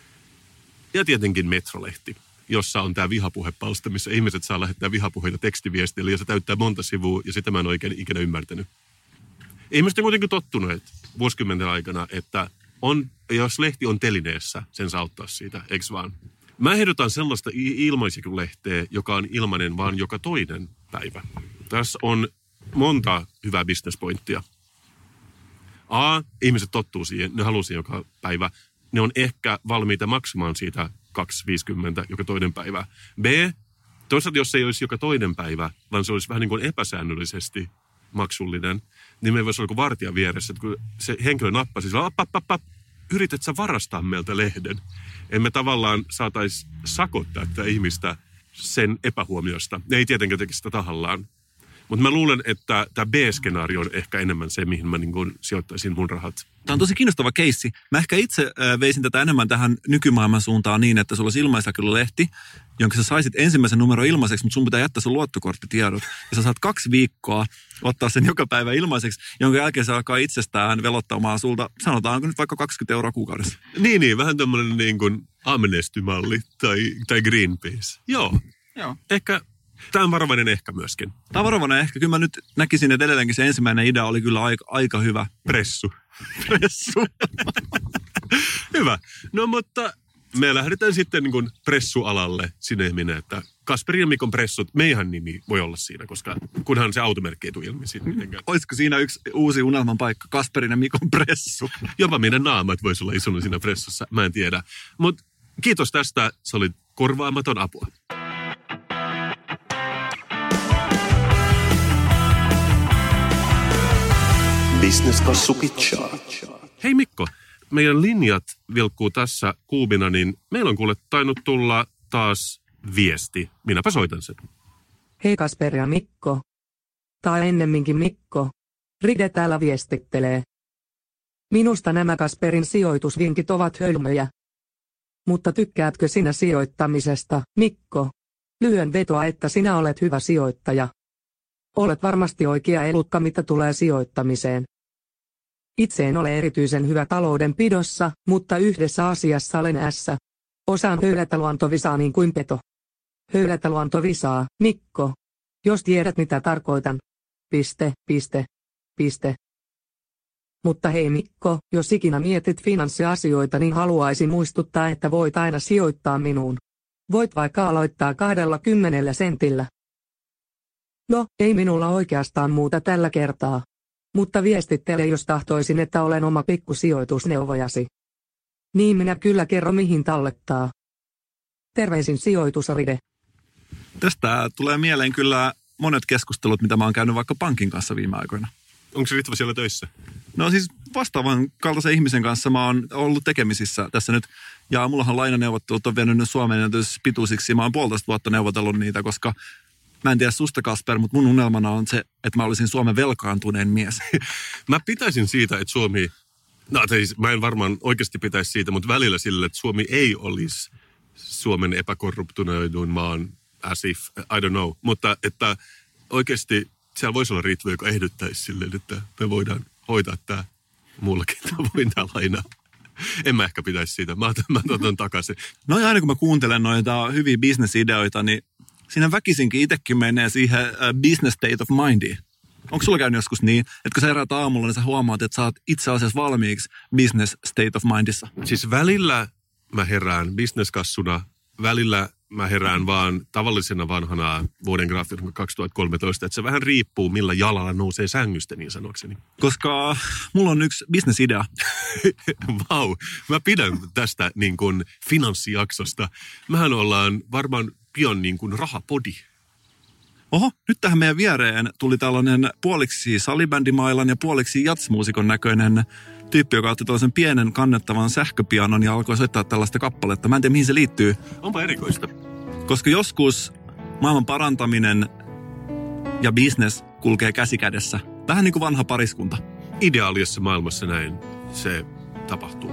ja tietenkin Metrolehti, jossa on tämä vihapuhepalsta, missä ihmiset saa lähettää vihapuheita tekstiviestillä ja se täyttää monta sivua ja sitä mä en oikein ikinä ymmärtänyt. Ihmiset on kuitenkin tottuneet vuosikymmenten aikana, että on, jos lehti on telineessä, sen saa ottaa siitä, eikö vaan? Mä ehdotan sellaista ilmaisjakelulehteä, joka on ilmainen vaan joka toinen päivä. Tässä on monta hyvää businesspointtia. A, ihmiset tottuu siihen, ne haluaa siihen joka päivä. Ne on ehkä valmiita maksamaan siitä kaksi viisikymmentä joka toinen päivä. B, toisaalta jos se ei olisi joka toinen päivä, vaan se olisi vähän niin kuin epäsäännöllisesti maksullinen, niin me voisi olla kuin vartija vieressä, että kun se henkilö nappasi, sillä app, app, app, app, yrität sä varastaa meiltä lehden. Emme tavallaan saataisi sakottaa tätä ihmistä sen epähuomiosta. Ne ei tietenkään tekisi sitä tahallaan. Mutta mä luulen, että tämä B-skenaario on ehkä enemmän se, mihin mä niin kun sijoittaisin mun rahat. Tämä on tosi kiinnostava keissi. Mä ehkä itse veisin tätä enemmän tähän nykymaailman suuntaan niin, että sulla olisi ilmaisjakelulehti, jonka sä saisit ensimmäisen numeron ilmaiseksi, mutta sun pitää jättää sun luottokorttitiedot. Ja sä saat kaksi viikkoa ottaa sen joka päivä ilmaiseksi, jonka jälkeen se alkaa itsestään velottamaan sulta, sanotaanko nyt vaikka kaksikymmentä euroa kuukaudessa. Niin, niin, vähän tämmöinen niin kuin Amnesty-malli tai, tai Greenpeace. Joo, Joo. Ehkä. Tämä on varovainen ehkä myöskin. Tämä on varovainen ehkä. Kyllä mä nyt näkisin, että edelleenkin se ensimmäinen idea oli kyllä aika, aika hyvä. Pressu. Pressu. Hyvä. No mutta me lähdetään sitten niin kuin pressualalle sinne minä, että Kasperin ja Mikon pressut, meihän nimi voi olla siinä, koska kunhan se automerkki ei tule ilmi siitä mitenkään. Olisiko siinä yksi uusi unelman paikka, Kasperin ja Mikon pressu? Jopa meidän naamat voisi olla isona siinä pressussa, mä en tiedä. Mutta kiitos tästä, se oli korvaamaton apua. Business-kassu pitchaa. Hei Mikko, meidän linjat vilkkuu tässä kuubina, niin meillä on kuule tainnut tulla taas viesti. Minäpä soitan sen. Hei Kasper ja Mikko. Tai ennemminkin Mikko. Ride täällä viestittelee. Minusta nämä Kasperin sijoitusvinkit ovat hölmöjä. Mutta tykkäätkö sinä sijoittamisesta, Mikko? Lyhyen vetoa, että sinä olet hyvä sijoittaja. Olet varmasti oikea elukka, mitä tulee sijoittamiseen. Itse en ole erityisen hyvä taloudenpidossa, mutta yhdessä asiassa olen ässä. Osaan höylätä luontovisaa niin kuin peto. Höylätä luontovisaa, Mikko. Jos tiedät mitä tarkoitan. Piste, piste, piste. Mutta hei Mikko, jos ikinä mietit finanssiasioita, niin haluaisin muistuttaa, että voit aina sijoittaa minuun. Voit vaikka aloittaa kahdella kymmenellä sentillä. No, ei minulla oikeastaan muuta tällä kertaa. Mutta viestittele, jos tahtoisin, että olen oma pikkusijoitusneuvojasi. Niin minä kyllä kerro mihin tallettaa. Terveisin sijoitusride. Tästä tulee mieleen kyllä monet keskustelut, mitä mä oon käynyt vaikka pankin kanssa viime aikoina. Onko se Ritva siellä töissä? No siis vastaavan kaltaisen ihmisen kanssa mä oon ollut tekemisissä tässä nyt. Ja mullahan lainaneuvottelut on vienyt nyt Suomeen pituisiksi. Mä oon puolitoista vuotta neuvotellut niitä, koska mä en tiedä susta, Kasper, mutta mun unelmana on se, että mä olisin Suomen velkaantuneen mies. Mä pitäisin siitä, että Suomi, no siis mä en varmaan oikeasti pitäisi siitä, mutta välillä sillä, että Suomi ei olisi Suomen epäkorruptoidun maan as if, I don't know. Mutta että oikeasti siellä voisi olla Ritva, joka ehdottaisi silleen, että me voidaan hoitaa tämä muullakin tavoin tämä laina. En mä ehkä pitäisi siitä. Mä otan, mä otan takaisin. No ja aina kun mä kuuntelen noita hyviä business-ideoita, niin siinä väkisinkin itsekin menee siihen business state of mindiin. Onko sulla käynyt joskus niin, että kun sä heräät aamulla, niin sä huomaat, että sä oot itse asiassa valmiiksi business state of mindissa? Siis välillä mä herään businesskassuna, välillä mä herään vaan tavallisena vanhana vuoden graafikona kaksituhattakolmetoista, että se vähän riippuu, millä jalalla nousee sängystä niin sanokseni. Koska mulla on yksi business-idea. Vau, wow, mä pidän tästä niin kuin finanssijaksosta. Mähän ollaan varmaan pian niin kuin rahapodi. Oho, nyt tähän meidän viereen tuli tällainen puoliksi salibändimailan ja puoliksi jatsmuusikon näköinen tyyppi, joka otti tällaisen pienen kannettavan sähköpianon ja alkoi soittaa tällaista kappaletta. Mä en tiedä, mihin se liittyy. Onpa erikoista. Koska joskus maailman parantaminen ja business kulkee käsi kädessä. Vähän niin kuin vanha pariskunta. Ideaalisessa maailmassa näin se tapahtuu.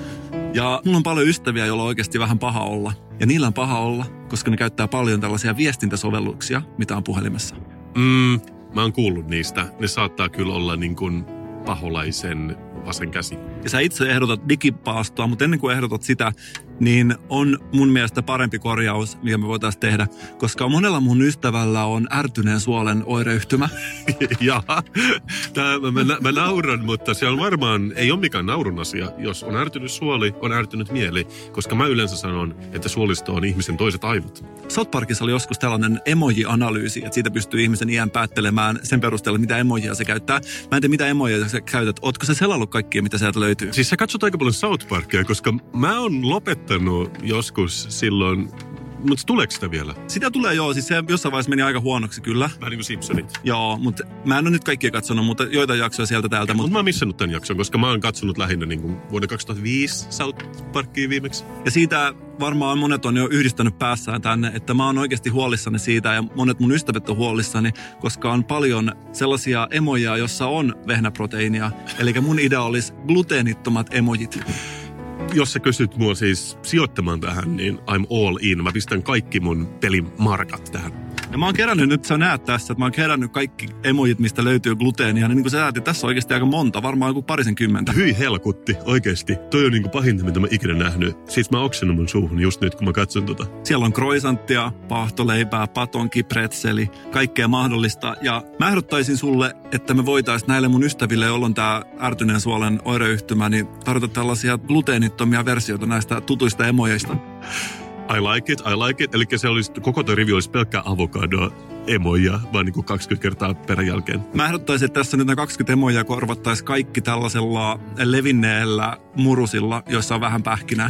Ja mulla on paljon ystäviä, joilla on oikeasti vähän paha olla. Ja niillä on paha olla, koska ne käyttää paljon tällaisia viestintäsovelluksia, mitä on puhelimessa. Mm, mä oon kuullut niistä. Ne saattaa kyllä olla niin kuin paholaisen vasen käsi. Ja sä itse ehdotat digipaastoa, mutta ennen kuin ehdotat sitä, niin on mun mielestä parempi korjaus, mikä me voitaisiin tehdä. Koska monella mun ystävällä on ärtyneen suolen oireyhtymä. Jaha, Tää, mä, mä, mä nauran, mutta se on varmaan, ei ole mikään naurun asia. Jos on ärtynyt suoli, on ärtynyt mieli. Koska mä yleensä sanon, että suolisto on ihmisen toiset aivot. South Parkissa oli joskus tällainen emoji-analyysi, että siitä pystyy ihmisen iän päättelemään sen perusteella, mitä emojia se käyttää. Mä en tiedä, mitä emojia sä käytät. Ootko sä selannut kaikkia, mitä sieltä löytyy? Siis sä katsot aika paljon South Parkia, koska mä oon lopettanut joskus silloin, mutta tuleeko sitä vielä? Sitä tulee joo, siis se jossain vaiheessa meni aika huonoksi kyllä. Vähän niin kuin Simpsonit. Joo, mutta mä en ole nyt kaikkia katsonut, mutta joitain jaksoja sieltä täältä. Mutta mut mä oon missannut tämän jakson, koska mä oon katsonut lähinnä niin kuin vuoden kaksituhattaviisi South Parkia viimeksi. Ja siitä varmaan monet on jo yhdistänyt päässään tänne, että mä oon oikeasti huolissani siitä ja monet mun ystävät on huolissani, koska on paljon sellaisia emoja, jossa on vehnäproteiinia. Eli mun idea olisi gluteenittomat emojit. Jos sä kysyt mua siis sijoittamaan tähän, niin I'm all in. Mä pistän kaikki mun pelimarkat tähän. Ja mä oon kerännyt, nyt sä näet tässä, että mä oon kerännyt kaikki emojit, mistä löytyy gluteenia. Niin, niin kuin sä näet, tässä on oikeasti aika monta, varmaan joku parisen kymmentä. Hyi helkutti, oikeesti. Toi on niin kuin pahinta, mitä mä ikinä nähnyt. Siis mä oksennut mun suuhun just nyt, kun mä katson tota. Siellä on croissanttia, paahtoleipää, patonki, pretzeli, kaikkea mahdollista. Ja mä ehdottaisin sulle, että me voitais näille mun ystäville, joilla on tää ärtyneen suolen oireyhtymä, niin tarjota tällaisia gluteenittomia versioita näistä tutuista emojeista. I like it, I like it. Eli se olisi, koko tuo rivi olisi pelkkää avokadoa emoja, vaan niin kuin kaksikymmentä kertaa peräjälkeen. Mä ehdottaisin, että tässä nyt nämä kaksikymmentä emoja korvattaisiin kaikki tällaisella levinneellä murusilla, joissa on vähän pähkinää.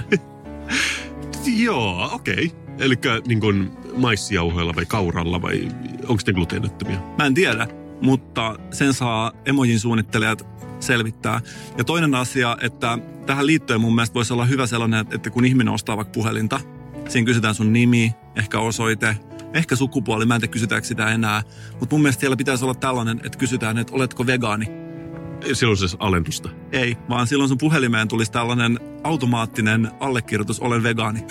Joo, okei. Okay. Eli niin kuin maissijauhoilla vai kauralla vai onko ne gluteenittomia? Mä en tiedä, mutta sen saa emojin suunnittelijat selvittää. Ja toinen asia, että tähän liittyen mun mielestä voisi olla hyvä sellainen, että kun ihminen ostaa vaikka puhelinta, siinä kysytään sun nimi, ehkä osoite, ehkä sukupuoli, mä en tiedä kysytäänkö sitä enää. Mutta mun mielestä siellä pitäisi olla tällainen, että kysytään, että oletko vegaani. Silloin se alennusta. Ei, vaan silloin sun puhelimeen tulisi tällainen automaattinen allekirjoitus, olen vegaani.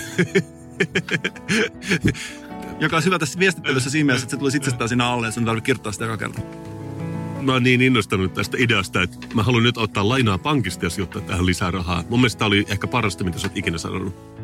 Joka olisi hyvä tässä viestittelyssä siinä mielessä, että se tulisi itsestään siinä alle ja sun tarvitsee kirjoittaa sitä joka kerta. Mä oon niin innostunut tästä ideasta, että mä haluan nyt ottaa lainaa pankista ja sijoittaa tähän lisää rahaa. Mun mielestä tämä oli ehkä parasta, mitä sä oot ikinä sanonut.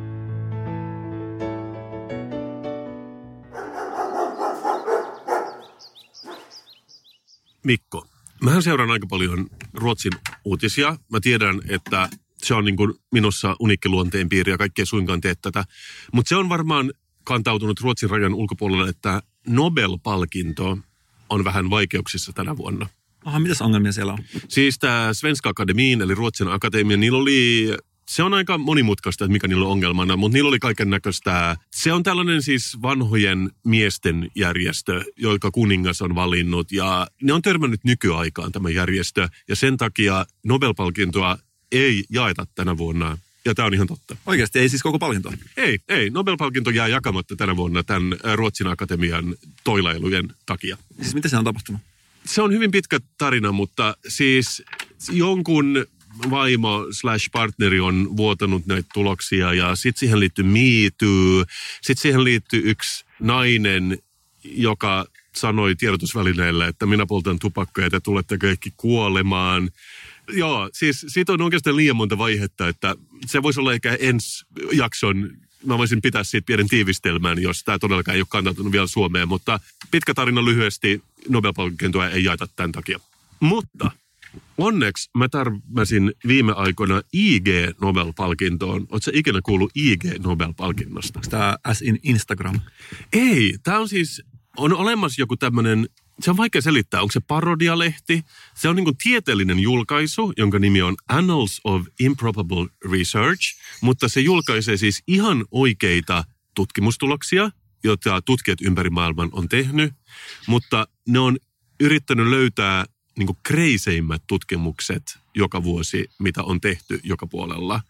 Mikko, mähän seuraan aika paljon Ruotsin uutisia. Mä tiedän, että se on niin kuin minussa uniikki luonteen piiri ja kaikkea suinkaan tee tätä. Mutta se on varmaan kantautunut Ruotsin rajan ulkopuolelle, että Nobel-palkinto on vähän vaikeuksissa tänä vuonna. Aha, mitäs ongelmia siellä on? Siis tämä Svenska Akademin, eli Ruotsin akatemia, niillä oli, se on aika monimutkaista, että mikä niillä on ongelmana, mutta niillä oli kaiken näköistä. Se on tällainen siis vanhojen miesten järjestö, joka kuningas on valinnut, ja ne on törmännyt nykyaikaan tämä järjestö, ja sen takia Nobel-palkintoa ei jaeta tänä vuonna. Ja tämä on ihan totta. Oikeasti, ei siis koko palkintoa? Ei, ei. Nobel-palkinto jää jakamatta tänä vuonna tämän Ruotsin akatemian toilailujen takia. Siis mitä se on tapahtunut? Se on hyvin pitkä tarina, mutta siis jonkun vaimo slash partneri on vuotanut näitä tuloksia ja sitten siihen liittyy Me Too. Sitten siihen liittyy yksi nainen, joka sanoi tiedotusvälineille, että minä poltan tupakkaa ja te tulette kaikki kuolemaan. Joo, siis siitä on oikeastaan liian monta vaihetta, että se voisi olla ehkä ensi jakson, mä voisin pitää siitä pienen tiivistelmän, jos tämä todellakaan ei ole kantautunut vielä Suomeen, mutta pitkä tarina lyhyesti, Nobel-palkintoa ei jaeta tämän takia. Mutta onneksi mä tarmäsin viime aikoina I G-Nobel-palkintoon. Ootko sä ikinä kuullut I G-Nobel-palkinnosta? Tämä as in Instagram? Ei, tämä on siis, on olemassa joku tämmöinen, se on vaikea selittää, onko se parodialehti. Se on niin kuin tieteellinen julkaisu, jonka nimi on Annals of Improbable Research, mutta se julkaisee siis ihan oikeita tutkimustuloksia, joita tutkijat ympäri maailman on tehnyt, mutta ne on yrittänyt löytää niin kuin kreiseimmät tutkimukset joka vuosi, mitä on tehty joka puolella.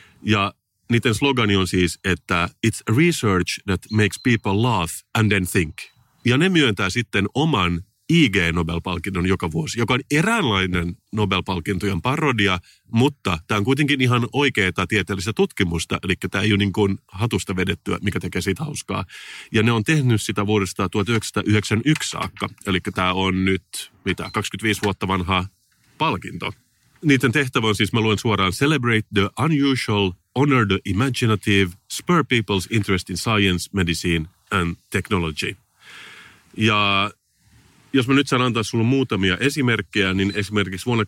Ja niiden slogani on siis, että it's research that makes people laugh and then think. Ja ne myöntää sitten oman I G-Nobel-palkinnon joka vuosi, joka on eräänlainen Nobel-palkintojen parodia, mutta tämä on kuitenkin ihan oikeaa tieteellistä tutkimusta, eli tämä ei ole niin kuin hatusta vedettyä, mikä tekee siitä hauskaa. Ja ne on tehnyt sitä vuodesta tuhatyhdeksänsataayhdeksänkymmentäyksi saakka, eli tämä on nyt mitä, kaksikymmentäviisi vuotta vanha palkinto. Niiden tehtävä on siis, mä luen suoraan, celebrate the unusual, honor the imaginative, spur people's interest in science, medicine and technology. Ja jos mä nyt saan antaa sulle muutamia esimerkkejä, niin esimerkiksi vuonna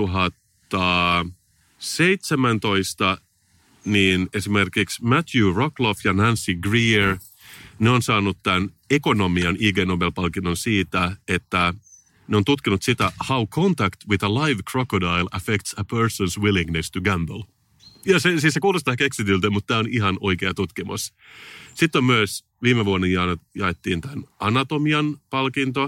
kaksituhattaseitsemäntoista niin esimerkiksi Matthew Rockloff ja Nancy Greer, ne on saanut tämän ekonomian I G-Nobel-palkinnon siitä, että ne on tutkinut sitä, how contact with a live crocodile affects a person's willingness to gamble. Ja se, siis se kuulostaa keksityltä, mutta tämä on ihan oikea tutkimus. Sitten on myös viime vuonna jaettiin tämän anatomian palkinto.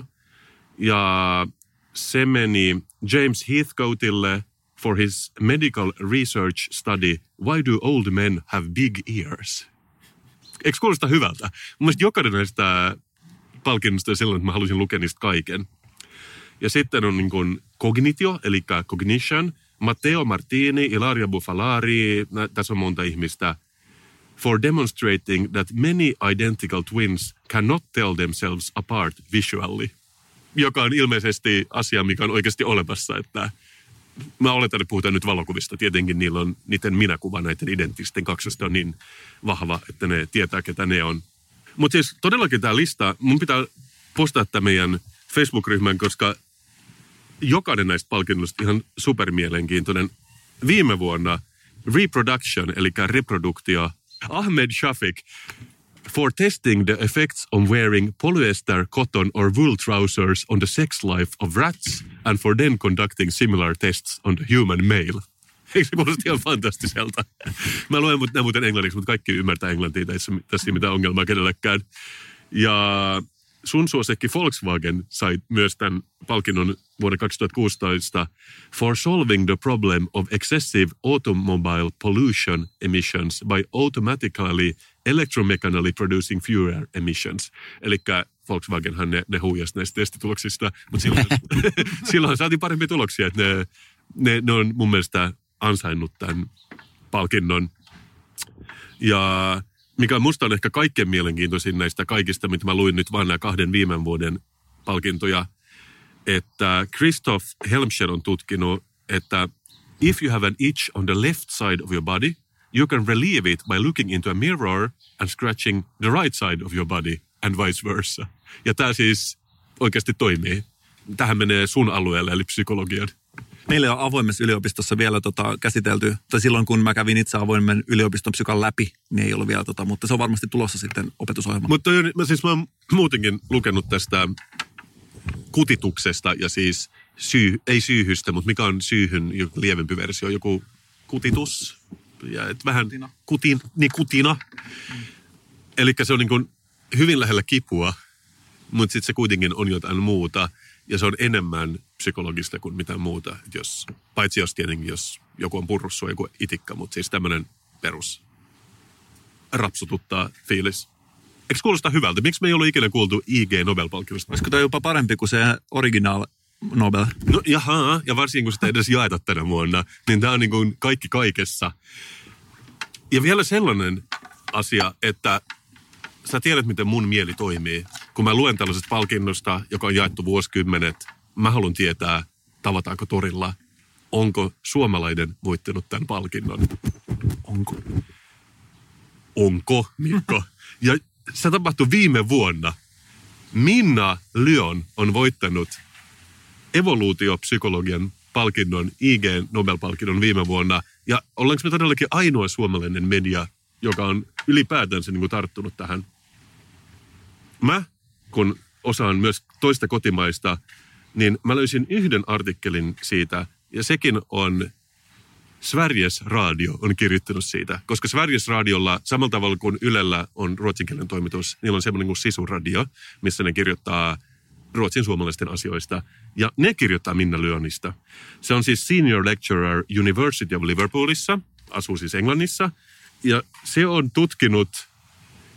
Ja se meni James Heathcoatille for his medical research study, Why do old men have big ears? Eikö kuulosta hyvältä? Mun mielestä jokainen näistä palkinnosta on sellainen, että mä haluaisin lukea niistä kaiken. Ja sitten on niin kuin cognitio, eli cognition, Matteo Martini, Ilaria Bufalari, tässä on monta ihmistä, for demonstrating that many identical twins cannot tell themselves apart visually. Joka on ilmeisesti asia, mikä on oikeasti olemassa, että mä oletan, että puhutaan nyt valokuvista. Tietenkin niillä on, niiden minäkuva näiden identtisten kaksosta on niin vahva, että ne tietää, ketä ne on. Mutta siis todellakin tämä lista, mun pitää postaa tämä meidän Facebook-ryhmän, koska jokainen näistä palkinnoista ihan supermielenkiintoinen. Viime vuonna reproduction, eli reproduktio, Ahmed Shafik, for testing the effects of wearing polyester, cotton or wool trousers on the sex life of rats and for then conducting similar tests on the human male. Eikö se kuulosti ihan fantastiselta? Mä luen nämä muuten englanniksi, mutta kaikki ymmärtää englantia. Tässä, tässä ei mitään ongelmaa kenellekään. Ja sun suosikki Volkswagen sai myös tämän palkinnon vuonna kaksituhattakuusitoista for solving the problem of excessive automobile pollution emissions by automatically electromechanically producing fewer emissions. Eli Volkswagenhan ne, ne huijasi näistä testituloksista, mutta silloin, silloin saatiin parempia tuloksia. Että ne, ne, ne on mun mielestä ansainnut tämän palkinnon. Ja mikä musta on ehkä kaikkein mielenkiintoisin näistä kaikista, mitä mä luin nyt vaan nämä kahden viime vuoden palkintoja, että Christoph Helmscher on tutkinut, että if you have an itch on the left side of your body, you can relieve it by looking into a mirror and scratching the right side of your body and vice versa. Ja tämä siis oikeasti toimii. Tähän menee sun alueelle, eli psykologian. Meillä on avoimessa yliopistossa vielä tota käsitelty, tai silloin kun mä kävin itse avoimen yliopiston psykan läpi, niin ei ollut vielä tota, mutta se on varmasti tulossa sitten opetusohjelma. Mutta mä siis mä oon muutenkin lukenut tästä kutituksesta ja siis syy, ei syyhystä, mutta mikä on syyhyn joku lievempi versio, joku kutitus ja et vähän kutina. Kutin, niin kutina. Mm. Eli se on niin kuin hyvin lähellä kipua, mutta sitten se kuitenkin on jotain muuta. Ja se on enemmän psykologista kuin mitään muuta. Jos, paitsi jos tietenkin, jos joku on purrut sua, joku itikka, mutta siis tämmöinen perus rapsututtaa fiilis. Eikö kuulosta hyvältä? Miksi me ei ollut ikinä kuultu I G-Nobel-palkinnosta? Olisiko tämä jopa parempi kuin se original Nobel? No jaha, ja varsinkin kun sitä edes jaeta tänä vuonna, niin tämä on niin kuin kaikki kaikessa. Ja vielä sellainen asia, että sä tiedät, miten mun mieli toimii. Kun mä luen tällaisesta palkinnosta, joka on jaettu vuosikymmenet, mä haluan tietää, tavataanko torilla, onko suomalainen voittanut tämän palkinnon. Onko? Onko, Mikko? Ja se tapahtui viime vuonna. Minna Lyon on voittanut evoluutiopsykologian palkinnon, I G-Nobel-palkinnon viime vuonna. Ja ollaanko me todellakin ainoa suomalainen media, joka on ylipäätänsä niin kuin tarttunut tähän? Mä, kun osaan myös toista kotimaista, niin mä löysin yhden artikkelin siitä, ja sekin on Sveriges Radio on kirjoittanut siitä. Koska Sveriges Radiolla, samalla tavalla kuin Ylellä on ruotsinkielinen toimitus, niillä on semmoinen kuin Sisuradio, missä ne kirjoittaa ruotsin suomalaisten asioista. Ja ne kirjoittaa Minna Lyonista. Se on siis senior lecturer University of Liverpoolissa, asuu siis Englannissa. Ja se on tutkinut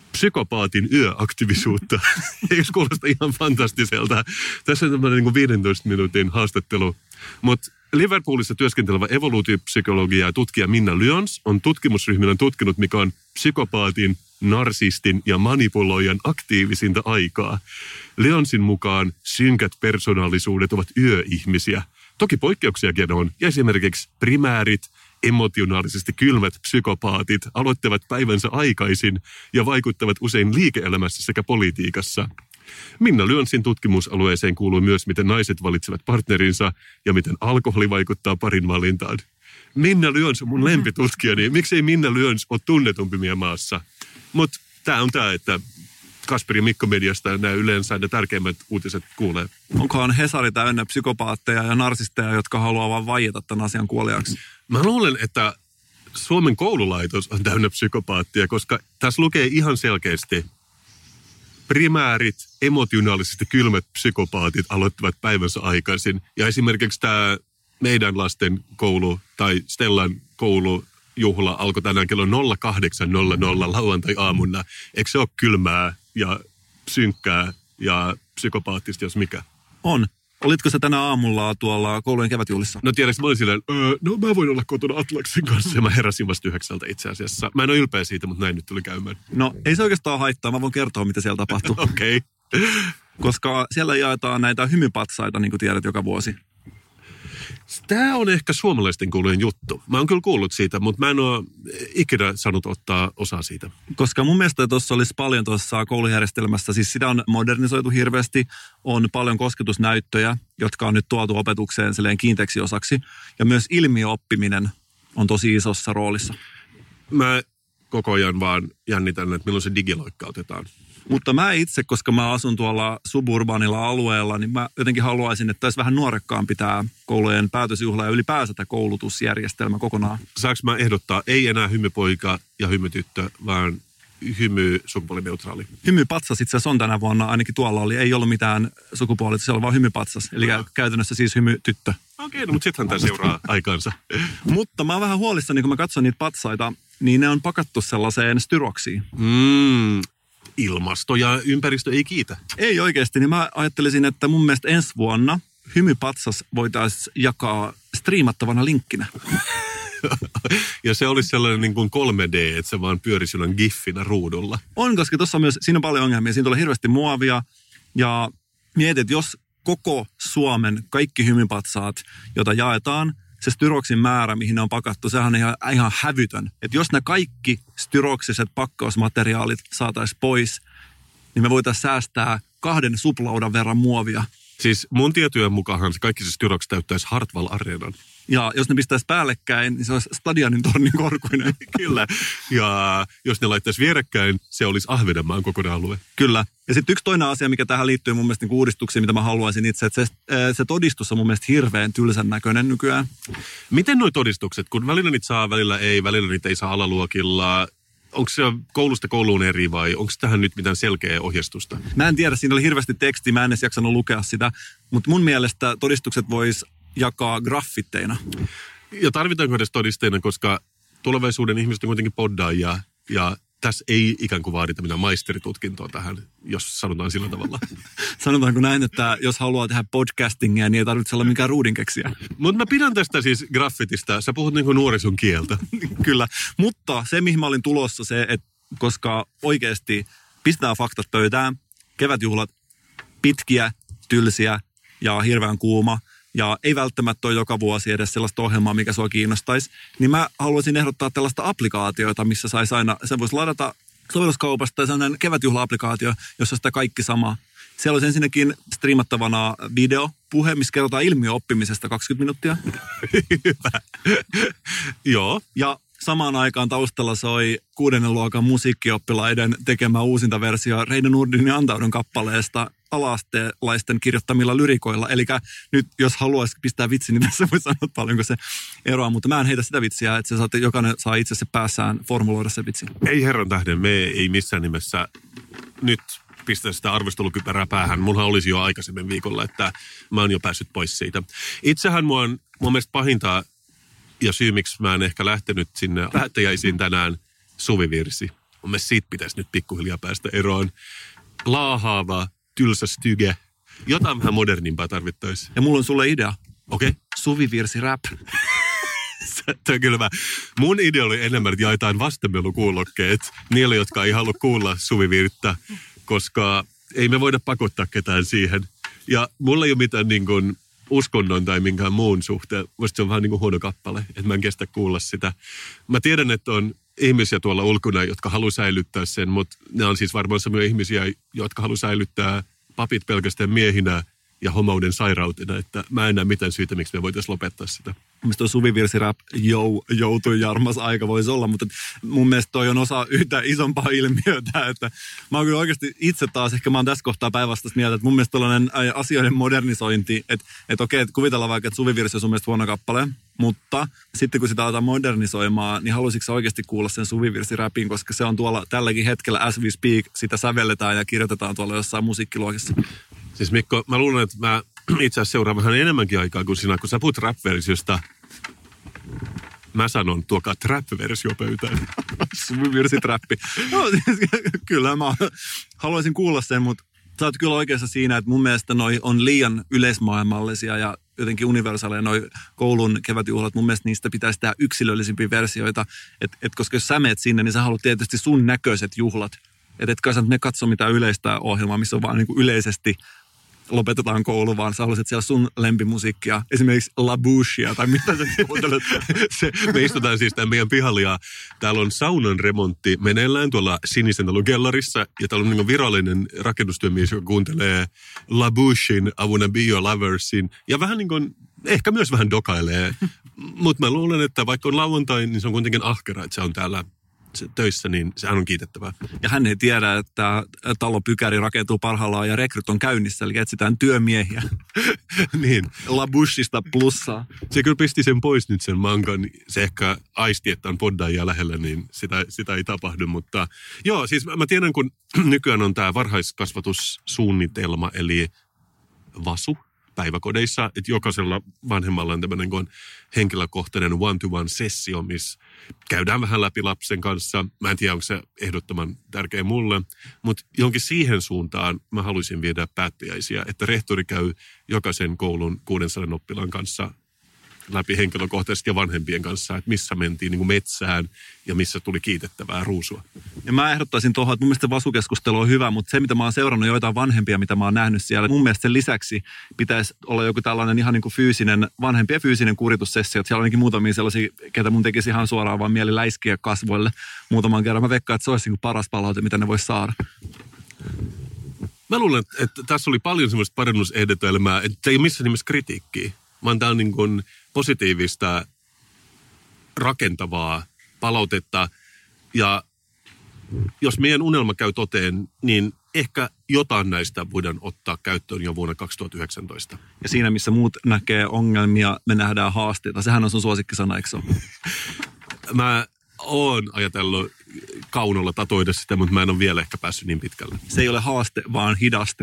psykopaatin yöaktiivisuutta. Eikö kuulosta ihan fantastiselta? Tässä on tämmöinen niin kuin viidentoista minuutin haastattelu. Mutta Liverpoolissa työskentelevä evoluutiopsykologia tutkija Minna Lyons on tutkimusryhmillä tutkinut, mikä on psykopaatin, narsistin ja manipuloijan aktiivisinta aikaa. Lyonsin mukaan synkät persoonallisuudet ovat yöihmisiä. Toki poikkeuksiakin on, ja esimerkiksi primäärit, emotionaalisesti kylmät psykopaatit aloittavat päivänsä aikaisin ja vaikuttavat usein liike-elämässä sekä politiikassa. Minna Lyonsin tutkimusalueeseen kuuluu myös, miten naiset valitsevat partnerinsa ja miten alkoholi vaikuttaa parin valintaan. Minna Lyons on mun lempitutkija, niin miksei Minna Lyons ole tunnetumpi meidän maassa? Mutta tämä on tämä, että Kasper ja Mikko Mediasta nämä yleensä ne tärkeimmät uutiset kuulee. Onkohan Hesari täynnä psykopaatteja ja narsisteja, jotka haluaa vaan vaieta tämän asian kuoliaksi? Mä luulen, että Suomen koululaitos on täynnä psykopaattia, koska tässä lukee ihan selkeästi primäärit, emotionaalisesti kylmät psykopaatit aloittavat päivänsä aikaisin. Ja esimerkiksi tämä meidän lasten koulu tai Stellan koulujuhla alkoi tänään kello nolla kahdeksan nolla nolla lauantai-aamuna. Eikö se ole kylmää ja synkkää ja psykopaattista, jos mikä? On. Olitko sä tänä aamulla tuolla koulujen kevätjuhlissa? No tiedätkö, mä olin silleen, öö, no mä voin olla kotona Atlaksen kanssa. Ja mä heräsin vasta yhdeksältä itse asiassa. Mä en ole ylpeä siitä, mutta näin nyt tuli käymään. No ei se oikeastaan haittaa, mä voin kertoa, mitä siellä tapahtuu. Okei. Okay. Koska siellä jaetaan näitä hymypatsaita, niin kuin tiedät, joka vuosi. Tämä on ehkä suomalaisten koulujen juttu. Mä oon kyllä kuullut siitä, mutta mä en ole ikinä saanut ottaa osaa siitä. Koska mun mielestä tuossa olisi paljon tuossa koulujärjestelmässä, siis sitä on modernisoitu hirveästi, on paljon kosketusnäyttöjä, jotka on nyt tuotu opetukseen silleen kiinteäksi osaksi. Ja myös ilmiöoppiminen on tosi isossa roolissa. Mä koko ajan vaan jännitän, että milloin se digiloikka otetaan. Mutta mä itse, koska mä asun tuolla suburbaanilla alueella, niin mä jotenkin haluaisin, että olisi vähän nuorekkaampi tämä koulujen päätösjuhla ja ylipäänsä tämä koulutusjärjestelmä kokonaan. Saanko mä ehdottaa, ei enää hymypoika ja hymytyttö, vaan hymy sukupuolineutraali? Hymypatsas itse asiassa on tänä vuonna, ainakin tuolla oli, ei ollut mitään sukupuolia, se oli vaan hymypatsas, eli no. Käytännössä siis hymytyttö. Okei, no mutta sittenhän tämä seuraa aikaansa. Mutta mä oon vähän huolissani, kun mä katson niitä patsaita, niin ne on pakattu sellaiseen styroksiin. Mm. Ilmasto ja ympäristö ei kiitä. Ei oikeasti, niin mä ajattelisin, että mun mielestä ensi vuonna hymypatsas voitaisiin jakaa striimattavana linkkinä. Ja se olisi sellainen niin kuin kolme D, että se vaan pyörisi jollain giffinä ruudulla. On, koska tuossa on myös, siinä on paljon ongelmia. Siinä tulee hirveästi muovia ja mietit, jos koko Suomen kaikki hymypatsaat, joita jaetaan, se styroksin määrä, mihin ne on pakattu, sehän on ihan, ihan hävytön. Että jos ne kaikki styroksiset pakkausmateriaalit saataisiin pois, niin me voitaisiin säästää kahden suplaudan verran muovia. Siis mun tietojen mukaan kaikki se styroksi täyttäisi Hartwall-areenan. Ja jos ne pistäisi päällekkäin, niin se olisi stadionin tornin korkuinen. Kyllä. Ja jos ne laittaisi vierekkäin, se olisi Ahvenanmaan kokonaan alue. Kyllä. Ja sitten yksi toinen asia, mikä tähän liittyy mun mielestä niin uudistuksiin, mitä mä haluaisin itse, että se, se todistus on mun mielestä hirveän tylsän näköinen nykyään. Miten nuo todistukset, kun välillä niitä saa, välillä ei, välillä niitä ei saa alaluokilla? Onko se koulusta kouluun eri vai onko tähän nyt mitään selkeää ohjeistusta? Mä en tiedä, siinä oli hirveästi tekstiä, mä en edes jaksanut lukea sitä, mutta mun mielestä todistukset vois jakaa graffitteina. Ja tarvitaanko edes todisteina, koska tulevaisuuden ihmiset on kuitenkin poddaajia ja tässä ei ikään kuin vaadita mitään maisteritutkintoa tähän, jos sanotaan sillä tavalla. Sanotaanko näin, että jos haluaa tehdä podcastingia, niin ei tarvitse olla mikään ruudinkeksijä. Mutta mä pidän tästä siis graffitista. Sä puhut niin kuin nuorison kieltä. Kyllä, mutta se mihin mä olin tulossa se, että koska oikeasti pistää faktat pöytään, kevätjuhlat pitkiä, tylsiä ja hirveän kuuma, ja ei välttämättä ole joka vuosi edes sellaista ohjelmaa, mikä sua kiinnostaisi, niin mä haluaisin ehdottaa tällaista applikaatiota, missä saisi aina, sen voisi ladata sovelluskaupasta tai sellainen kevätjuhla-applikaatio, jossa sitä kaikki sama. Siellä olisi ensinnäkin striimattavana video, puhe, missä kerrotaan ilmiöoppimisesta kaksikymmentä minuuttia. Hyvä. Joo. Ja samaan aikaan taustalla soi kuudennen luokan musiikkioppilaiden tekemä uusinta versio Reino Nurdinin Antaudun kappaleesta ala-astelaisten kirjoittamilla lyrikoilla. Eli nyt jos haluaisi pistää vitsi, niin tässä voi sanoa paljonko se eroaa, mutta mä en heitä sitä vitsiä, että se saatte, jokainen saa itse se päässään formuloida se vitsi. Ei herran tähden, me ei missään nimessä nyt pistää sitä arvostelukypärää päähän. Munhan olisi jo aikaisemmin viikolla, että mä oon jo päässyt pois siitä. Itsehän mua on mun mielestä pahinta ja syy, miksi mä en ehkä lähtenyt sinne päättäjäisiin tänään, suvivirsi. Mun mielestä siitä pitäisi nyt pikkuhiljaa päästä eroon. Laahaava, tylsä styge. Jotain vähän modernimpaa tarvittaisiin. Ja mulla on sulle idea. Okei. Okay. Suvivirsi rap. Se on kyllä mä. Mun idea oli enemmän, että jaetaan vastenmelukuulokkeet niille, jotka ei halua kuulla suvivirttä, koska ei me voida pakottaa ketään siihen. Ja mulla ei ole mitään niin kuin uskonnon tai minkään muun suhteen. Musta se on vähän niin kuin huono kappale, että mä en kestä kuulla sitä. Mä tiedän, että on ihmisiä tuolla ulkona, jotka haluaa säilyttää sen, mutta ne on siis varmaan sellaisia ihmisiä, jotka haluaa säilyttää papit pelkästään miehinä ja homouden sairautena, että mä en näe mitään syytä, miksi me voitaisiin lopettaa sitä. Mielestäni tuo suvivirsirap jou, joutui Jarmas aika voisi olla, mutta mun mielestä toi on osa yhtä isompaa ilmiötä, että mä oon kyllä oikeasti itse taas, ehkä mä oon tässä kohtaa päinvastaista mieltä, että mun mielestä tällainen asioiden modernisointi, että, että okei, että kuvitellaan vaikka, että suvivirsi on sun mielestä huono kappale, mutta sitten kun sitä aletaan modernisoimaan, niin haluaisitko sä oikeasti kuulla sen suvivirsiräpin, koska se on tuolla tälläkin hetkellä as we speak, sitä sävelletään ja kirjoitetaan tuolla jossain musiikkiluokissa. Siis Mikko, mä luulen, että mä itse asiassa seuraan vähän enemmänkin aikaa kuin sinä, kun sä puhut rap-versiosta. Mä sanon, tuokaa trap-versio pöytään. Suvivirsitrappi. No siis, kyllä mä haluaisin kuulla sen, mutta sä oot kyllä oikeassa siinä, että mun mielestä noi on liian yleismaailmallisia ja jotenkin universaaleja noi koulun kevätjuhlat. Mun mielestä niistä pitäisi tehdä yksilöllisimpiä versioita, että et koska jos sä meet sinne, niin sä haluat tietysti sun näköiset juhlat. Että et kai sä me katso mitään yleistä ohjelmaa, missä on vaan niin kuin yleisesti lopetetaan koulu, vaan sä haluaisit siellä sun lempimusiikkia, esimerkiksi La Bouchea tai mitä sä kuuntelet. Se, me istutaan siis tämän meidän pihalla ja täällä on saunan remontti meneillään tuolla Sinisen talon kellarissa ja täällä on niin virallinen rakennustyömies, joka kuuntelee La Bouchein I Wanna Be Your Loversin ja vähän niin kuin, ehkä myös vähän dokailee. Mutta mä luulen, että vaikka on lauantai, niin se on kuitenkin ahkera, että se on täällä töissä, niin sehän on kiitettävää. Ja hän ei tiedä, että talo Pykäri rakentuu parhaillaan ja rekryt on käynnissä, eli etsitään työmiehiä. Niin. La Bouchista plussaa. Se kyllä pisti sen pois nyt sen mankan. Se ehkä aisti, että on poddaajia lähellä, niin sitä, sitä ei tapahdu. Mutta joo, siis mä tiedän, kun nykyään on tämä varhaiskasvatussuunnitelma, eli VASU, päiväkodeissa, että jokaisella vanhemmalla on tämmöinen kuin henkilökohtainen one-to-one sessio, missä käydään vähän läpi lapsen kanssa. Mä en tiedä, onko se ehdottoman tärkeä mulle, mutta jonkin siihen suuntaan mä haluaisin viedä päättäjäisiä, että rehtori käy jokaisen koulun kuudensadan oppilaan kanssa läpi henkilökohtaisesti ja vanhempien kanssa, että missä mentiin niin kuin metsään ja missä tuli kiitettävää ruusua. Ja mä ehdottaisin tuohon, että mun mielestä vasukeskustelu on hyvä, mutta se, mitä mä oon seurannut joitain vanhempia, mitä mä oon nähnyt siellä, mun mielestä sen lisäksi pitäisi olla joku tällainen ihan niin kuin fyysinen, vanhempien fyysinen kuritussessio. Siellä on ainakin muutamia sellaisia, ketä mun tekisi ihan suoraan vaan mieli läiskiä kasvoille muutaman kerran. Mä veikkaan, että se olisi niin kuin paras palaute, mitä ne vois saada. Mä luulen, että tässä oli paljon semmoista parannusehdotelmaa, että ei ole missään nimessä kritiikkiä, vaan tämä on niin kuin positiivista, rakentavaa palautetta. Ja jos meidän unelma käy toteen, niin ehkä jotain näistä voidaan ottaa käyttöön jo vuonna kaksituhattayhdeksäntoista. Ja siinä, missä muut näkee ongelmia, me nähdään haasteita. Sehän on sun suosikkisana, eikö se ole? Mä oon ajatellut kaunolla tatoida sitä, mutta mä en ole vielä ehkä päässyt niin pitkälle. Se ei ole haaste, vaan hidaste.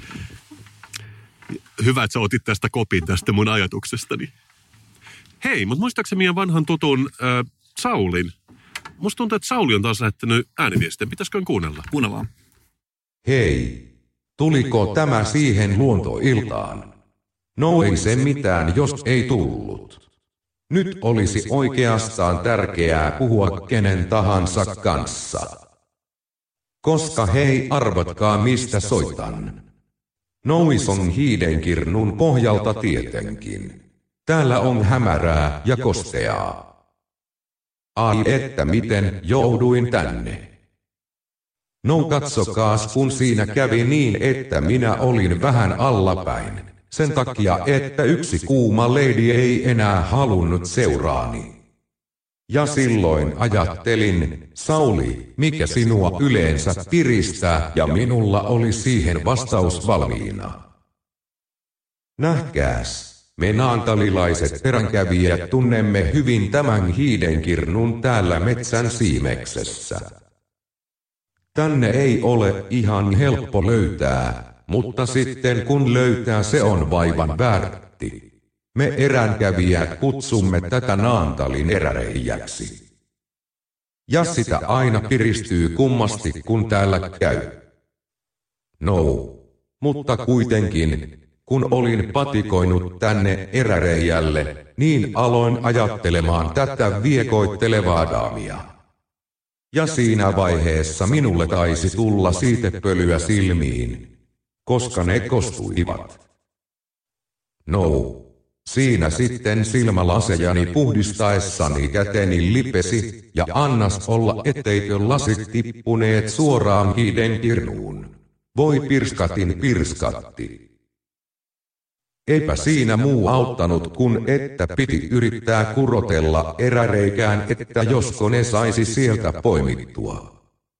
Hyvä, että sä otit tästä kopin tästä mun ajatuksestani. Hei, mutta muistaakseni meidän vanhan tutun äh, Saulin? Musta tuntuu, että Sauli on taas lähettänyt ääniviestin. Pitäisikö kuunnella? Kuunnellaan. Hei, tuliko tämä siihen luontoiltaan? No ei se mitään, jos ei tullut. Nyt olisi oikeastaan tärkeää puhua kenen tahansa kanssa. Koska hei, arvatkaa mistä soitan. Nouison hiidenkirnun pohjalta tietenkin. Täällä on hämärää ja kosteaa. Ai että miten jouduin tänne. No katsokaas kun siinä kävi niin, että minä olin vähän allapäin. Sen takia, että yksi kuuma lady ei enää halunnut seuraani. Ja silloin ajattelin, Sauli, mikä sinua yleensä piristää, ja minulla oli siihen vastaus valmiina. Nähkääs, me naantalilaiset peränkävijät tunnemme hyvin tämän hiidenkirnun täällä metsän siimeksessä. Tänne ei ole ihan helppo löytää, mutta sitten kun löytää se on vaivan väärti. Me eränkävijät kutsumme tätä Naantalin eräreijäksi. Ja sitä aina piristyy kummasti, kun täällä käy. No, mutta kuitenkin, kun olin patikoinut tänne eräreijälle, niin aloin ajattelemaan tätä viekoittelevaa daamia. Ja siinä vaiheessa minulle taisi tulla siitepölyä silmiin, koska ne kostuivat. No, siinä sitten silmälasejani puhdistaessani käteni lipesi ja annas olla, etteikö lasit tippuneet suoraan hiiden kirnuun. Voi pirskatin pirskatti. Eipä siinä muu auttanut kun että piti yrittää kurotella eräreikään, että josko ne saisi sieltä poimittua.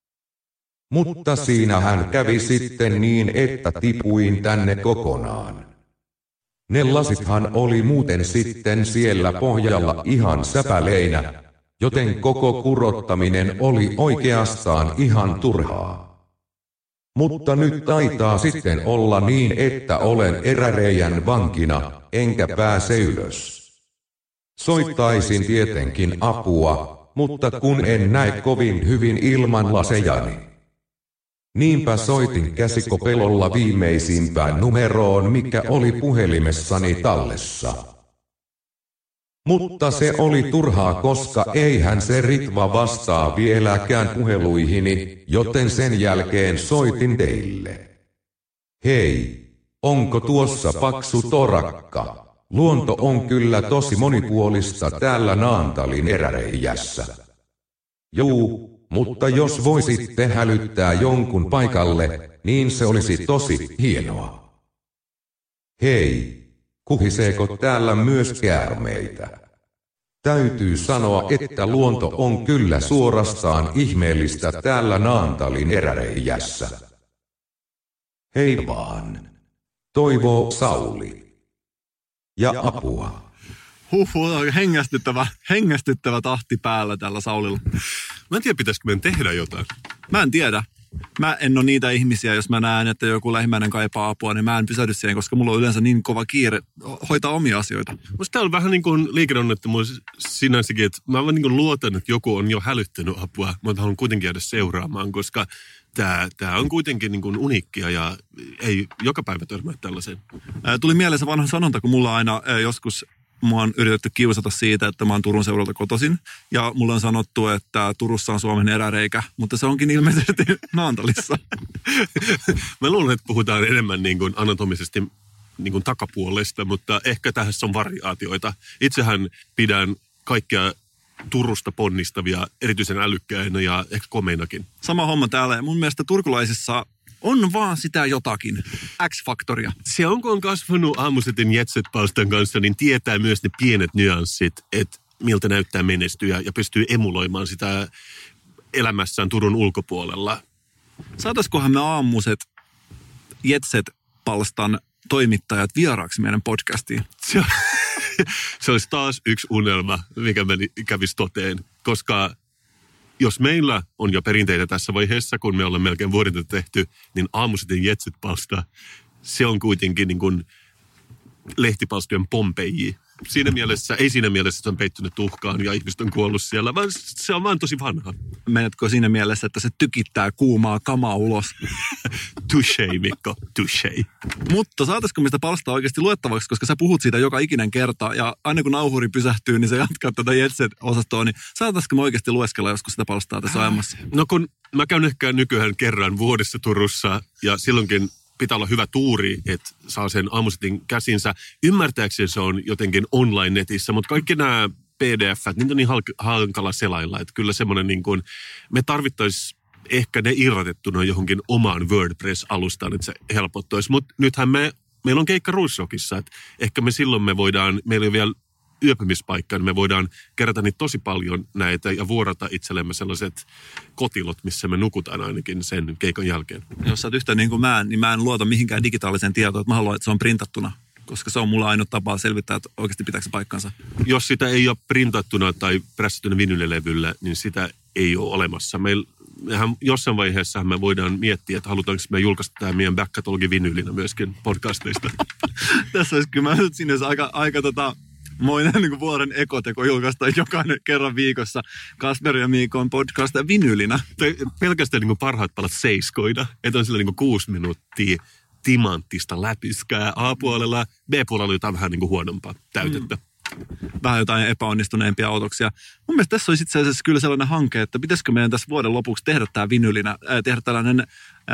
Mutta siinähän kävi sitten niin, että tipuin tänne kokonaan. Ne lasithan oli muuten sitten siellä pohjalla ihan säpäleinä, joten koko kurottaminen oli oikeastaan ihan turhaa. Mutta nyt taitaa sitten olla niin, että olen eräreijän vankina, enkä pääse ylös. Soittaisin tietenkin apua, mutta kun en näe kovin hyvin ilman lasejani. Niinpä soitin käsikopelolla viimeisimpään numeroon, mikä oli puhelimessani tallessa. Mutta se oli turhaa, koska eihän se Ritva vastaa vieläkään puheluihini, joten sen jälkeen soitin teille. Hei, onko tuossa paksu torakka? Luonto on kyllä tosi monipuolista täällä Naantalin eräreijässä. Juu, mutta jos voisitte hälyttää jonkun paikalle, niin se olisi tosi hienoa. Hei, kuhiseeko täällä myös käärmeitä? Täytyy sanoa, että luonto on kyllä suorastaan ihmeellistä täällä Naantalin eräreijässä. Hei vaan. Toivoo Sauli. Ja apua. Huhhuh, hengästyttävä, hengästyttävä tahti päällä tällä Saulilla. Mä en tiedä, pitäisikö meidän tehdä jotain. Mä en tiedä. Mä en ole niitä ihmisiä, jos mä näen, että joku lähimmäinen kaipaa apua, niin mä en pysähdy siihen, koska mulla on yleensä niin kova kiire hoitaa omia asioita. Musta tää on vähän niin kuin liikenneonnettomuus sinänsäkin, että mä vaan niin kuin luotan, että joku on jo hälyttänyt apua, mutta haluan kuitenkin jäädä seuraamaan, koska tää, tää on kuitenkin niin kuin uniikkia ja ei joka päivä törmää tällaiseen. Ää, tuli mieleen se vanha sanonta, kun mulla aina ää, joskus mua on yritetty kiusata siitä, että mä oon Turun seudulta kotoisin. Ja mulle on sanottu, että Turussa on Suomen eräreikä, mutta se onkin ilmeisesti Naantalissa. Mä luulen, että puhutaan enemmän niin kuin anatomisesti niin kuin takapuolesta, mutta ehkä tässä on variaatioita. Itsehän pidän kaikkia Turusta ponnistavia erityisen älykkäinä ja ehkä komeinakin. Sama homma täällä. Ja mun mielestä turkulaisissa on vaan sitä jotakin. X-faktoria. Se on, kun on kasvanut Aamusetin Jetset-palstan kanssa, niin tietää myös ne pienet nyanssit, että miltä näyttää menestyä ja pystyy emuloimaan sitä elämässään Turun ulkopuolella. Saataiskohan me Aamuset Jetset-palstan toimittajat vieraaksi meidän podcastiin? Se, se olisi taas yksi unelma, mikä meni, kävisi toteen, koska jos meillä on jo perinteitä tässä vaiheessa, kun me ollaan melkein vuoden tehty, niin Aamusetin Jetset-palsta, se on kuitenkin niin kuin lehtipalstojen Pompeji. Siinä mielessä, ei siinä mielessä, että se on peittynyt tuhkaan ja ihmiset on kuollut siellä, vaan se on vaan tosi vanha. Menetkö siinä mielessä, että se tykittää kuumaa kamaa ulos? Touché, Mikko, touché. Mutta saataisiko me sitä palstaa oikeasti luettavaksi, koska sä puhut siitä joka ikinen kerta, ja aina kun nauhuri pysähtyy, niin se jatkaa tätä Jetset-osastoa, niin saataisiko me oikeasti lueskella joskus sitä palstaa tässä ajamassa? No kun mä käyn ehkä nykyään kerran vuodessa Turussa, ja silloinkin pitää olla hyvä tuuri, että saa sen Aamusetin käsinsä. Ymmärtääkseni se on jotenkin online-netissä, mutta kaikki nämä P D F-t, niitä on niin hankala selailla, että kyllä semmoinen niin kuin, me tarvittaisiin ehkä ne irrotettuna johonkin omaan WordPress-alustaan, että se helpottaisi. Mutta nythän me, meillä on keikka Ruissokissa, että ehkä me silloin me voidaan, meillä on vielä yöpymispaikka, niin me voidaan kerätä niitä tosi paljon näitä ja vuorata itsellemme sellaiset kotilot, missä me nukutaan ainakin sen keikan jälkeen. Jos sä oot yhtä niin kuin mä, niin mä en luota mihinkään digitaaliseen tietoon, että mä haluan, että se on printattuna, koska se on mulla ainut tapa selvittää, että oikeasti pitääkö se paikkansa. Jos sitä ei ole printattuna tai prässättynä vinylilevyllä, niin sitä ei ole olemassa. Meillä jossain vaiheessa me voidaan miettiä, että halutaanko me julkaista tämä meidän back-catalogin vinyylinä myöskin podcasteista. Tässä olisi kyllä mä nyt sinne aika, aika tota Moinen niin vuoden ekoteko julkaistaan jokainen kerran viikossa Kasper ja Mikon podcast vinylinä. Pelkästään niin parhaat palat seiskoina, että on sillä niin kuusi minuuttia timanttista läpiskää A-puolella, B-puolella jotain vähän niin huonompaa täytettä. Mm. Vähän jotain epäonnistuneempia autoksia. Mun mielestä tässä olisi itse asiassa kyllä sellainen hanke, että pitäisikö meidän tässä vuoden lopuksi tehdä tämä vinylinä, äh, tehdä tällainen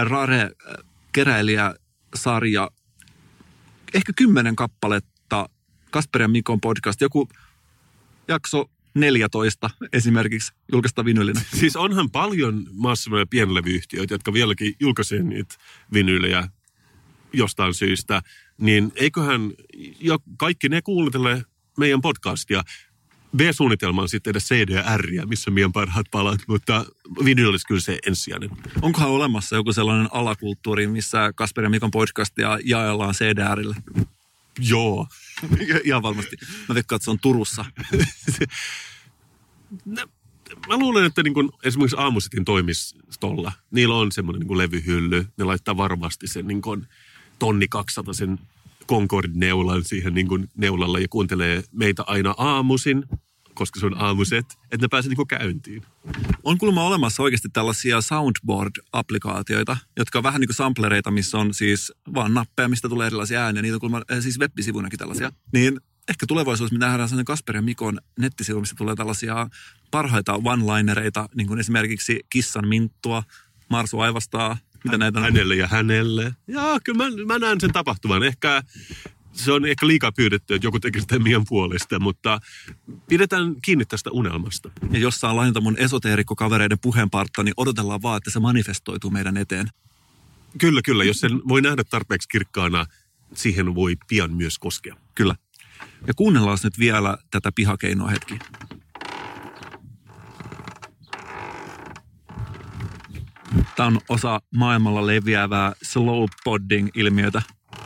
rare-keräilijäsarja, ehkä kymmenen kappaletta Kasper ja Mikon podcast, joku jakso neljätoista esimerkiksi julkaista vinylinä. Siis onhan paljon maassamme pienlevyyhtiöitä, jotka vieläkin julkaisee niitä vinyylejä jostain syystä, niin eiköhän jo kaikki ne kuuntele meidän podcastia. B-suunnitelma on sitten edes C D R, missä on meidän parhaat palat, mutta vinyl olisi kyllä se ensisijainen. Onkohan olemassa joku sellainen alakulttuuri, missä Kasper ja Mikon podcastia jaellaan C D R:lle? Joo. Ihan varmasti. Mä veikkaan, että se on Turussa. Mä luulen, että niin kun esimerkiksi Aamusetin toimistolla, niillä on semmoinen niin kun levyhylly. Ne laittaa varmasti sen niin kun tonni kaksisataa sen Concord-neulan siihen niin kun neulalla ja kuuntelee meitä aina aamuisin, koska se on aamuset, että ne pääsee niin kun käyntiin. On kuulemma olemassa oikeasti tällaisia soundboard-applikaatioita, jotka on vähän niin kuin samplereita, missä on siis vaan nappeja, mistä tulee erilaisia ääniä. Niitä on kuulemma siis web-sivuinakin tällaisia. Niin ehkä tulevaisuudessa me nähdään sellainen Kasper ja Mikon nettisivu, missä tulee tällaisia parhaita one-linereita, niin kuin esimerkiksi Kissan minttua, Marsu aivastaa, mitä näitä on? Hänelle ja hänelle. Jaa, kyllä mä, mä näen sen tapahtuvan. Ehkä se on ehkä liikaa pyydetty, että joku tekee sitä meidän puolesta, mutta pidetään kiinni tästä unelmasta. Ja jos saa lainata mun esoteerikko-kavereiden puheenpartta, niin odotellaan vaan, että se manifestoituu meidän eteen. Kyllä, kyllä. Jos sen voi nähdä tarpeeksi kirkkaana, siihen voi pian myös koskea. Kyllä. Ja kuunnellaan nyt vielä tätä pihakeinoa hetki. Tämä on osa maailmalla leviävää slow podding-ilmiötä.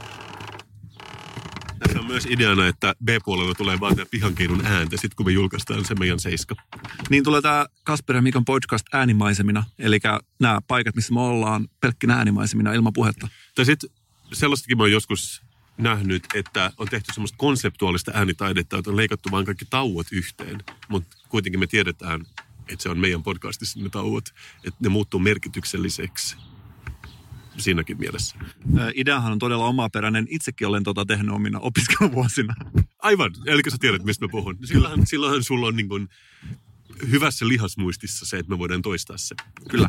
Tässä on myös ideana, että B-puolella tulee vaan tämä pihankeinun ääntä, sitten kun me julkaistaan se meidän seiska. Niin tulee tämä Kasper ja Mikon podcast äänimaisemina, eli nämä paikat, missä me ollaan pelkkinä äänimaisemina ilman puhetta. Tai sitten sellaistakin mä oon joskus nähnyt, että on tehty semmoista konseptuaalista äänitaidetta, että on leikattu vaan kaikki tauot yhteen, mutta kuitenkin me tiedetään, että se on meidän podcastissa ne tauot, että ne muuttuu merkitykselliseksi siinäkin mielessä. Ideahan on todella omaperäinen. Itsekin olen tota tehnyt omina opiskeluvuosina. Aivan, eli sä tiedät, mistä mä puhun. Silloinhan, silloinhan sulla on niin kuin hyvässä lihasmuistissa se, että me voidaan toistaa se. Kyllä.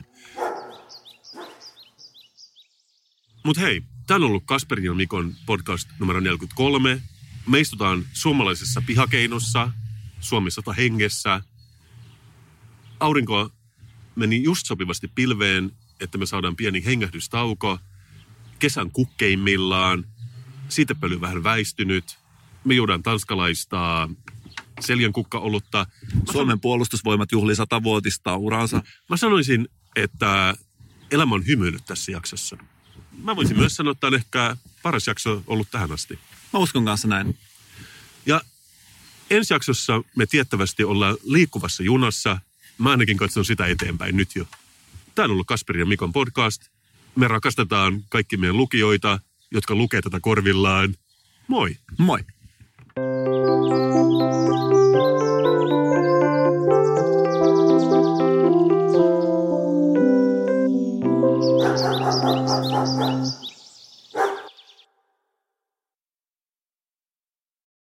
Mutta hei, tämä on ollut Kasperin ja Mikon podcast numero neljäkymmentäkolme. Me istutaan suomalaisessa pihakeinossa, Suomi sata hengessä. Aurinko meni just sopivasti pilveen, että me saadaan pieni hengähdystauko. Kesän kukkeimmillaan. Siitepöly vähän väistynyt. Me juodaan tanskalaista seljan kukkaolutta. Suomen puolustusvoimat juhlii satavuotista uraansa. Mä sanoisin, että elämä on hymyilyt tässä jaksossa. Mä voisin myös sanoa, että tämä on ehkä paras jakso ollut tähän asti. Mä uskon kanssa näin. Ja ensi jaksossa me tiettävästi ollaan liikkuvassa junassa. Mä ainakin katson sitä eteenpäin nyt jo. Tämä on ollut Kasperin ja Mikon podcast. Me rakastetaan kaikki meidän lukijoita, jotka lukee tätä korvillaan. Moi! Moi!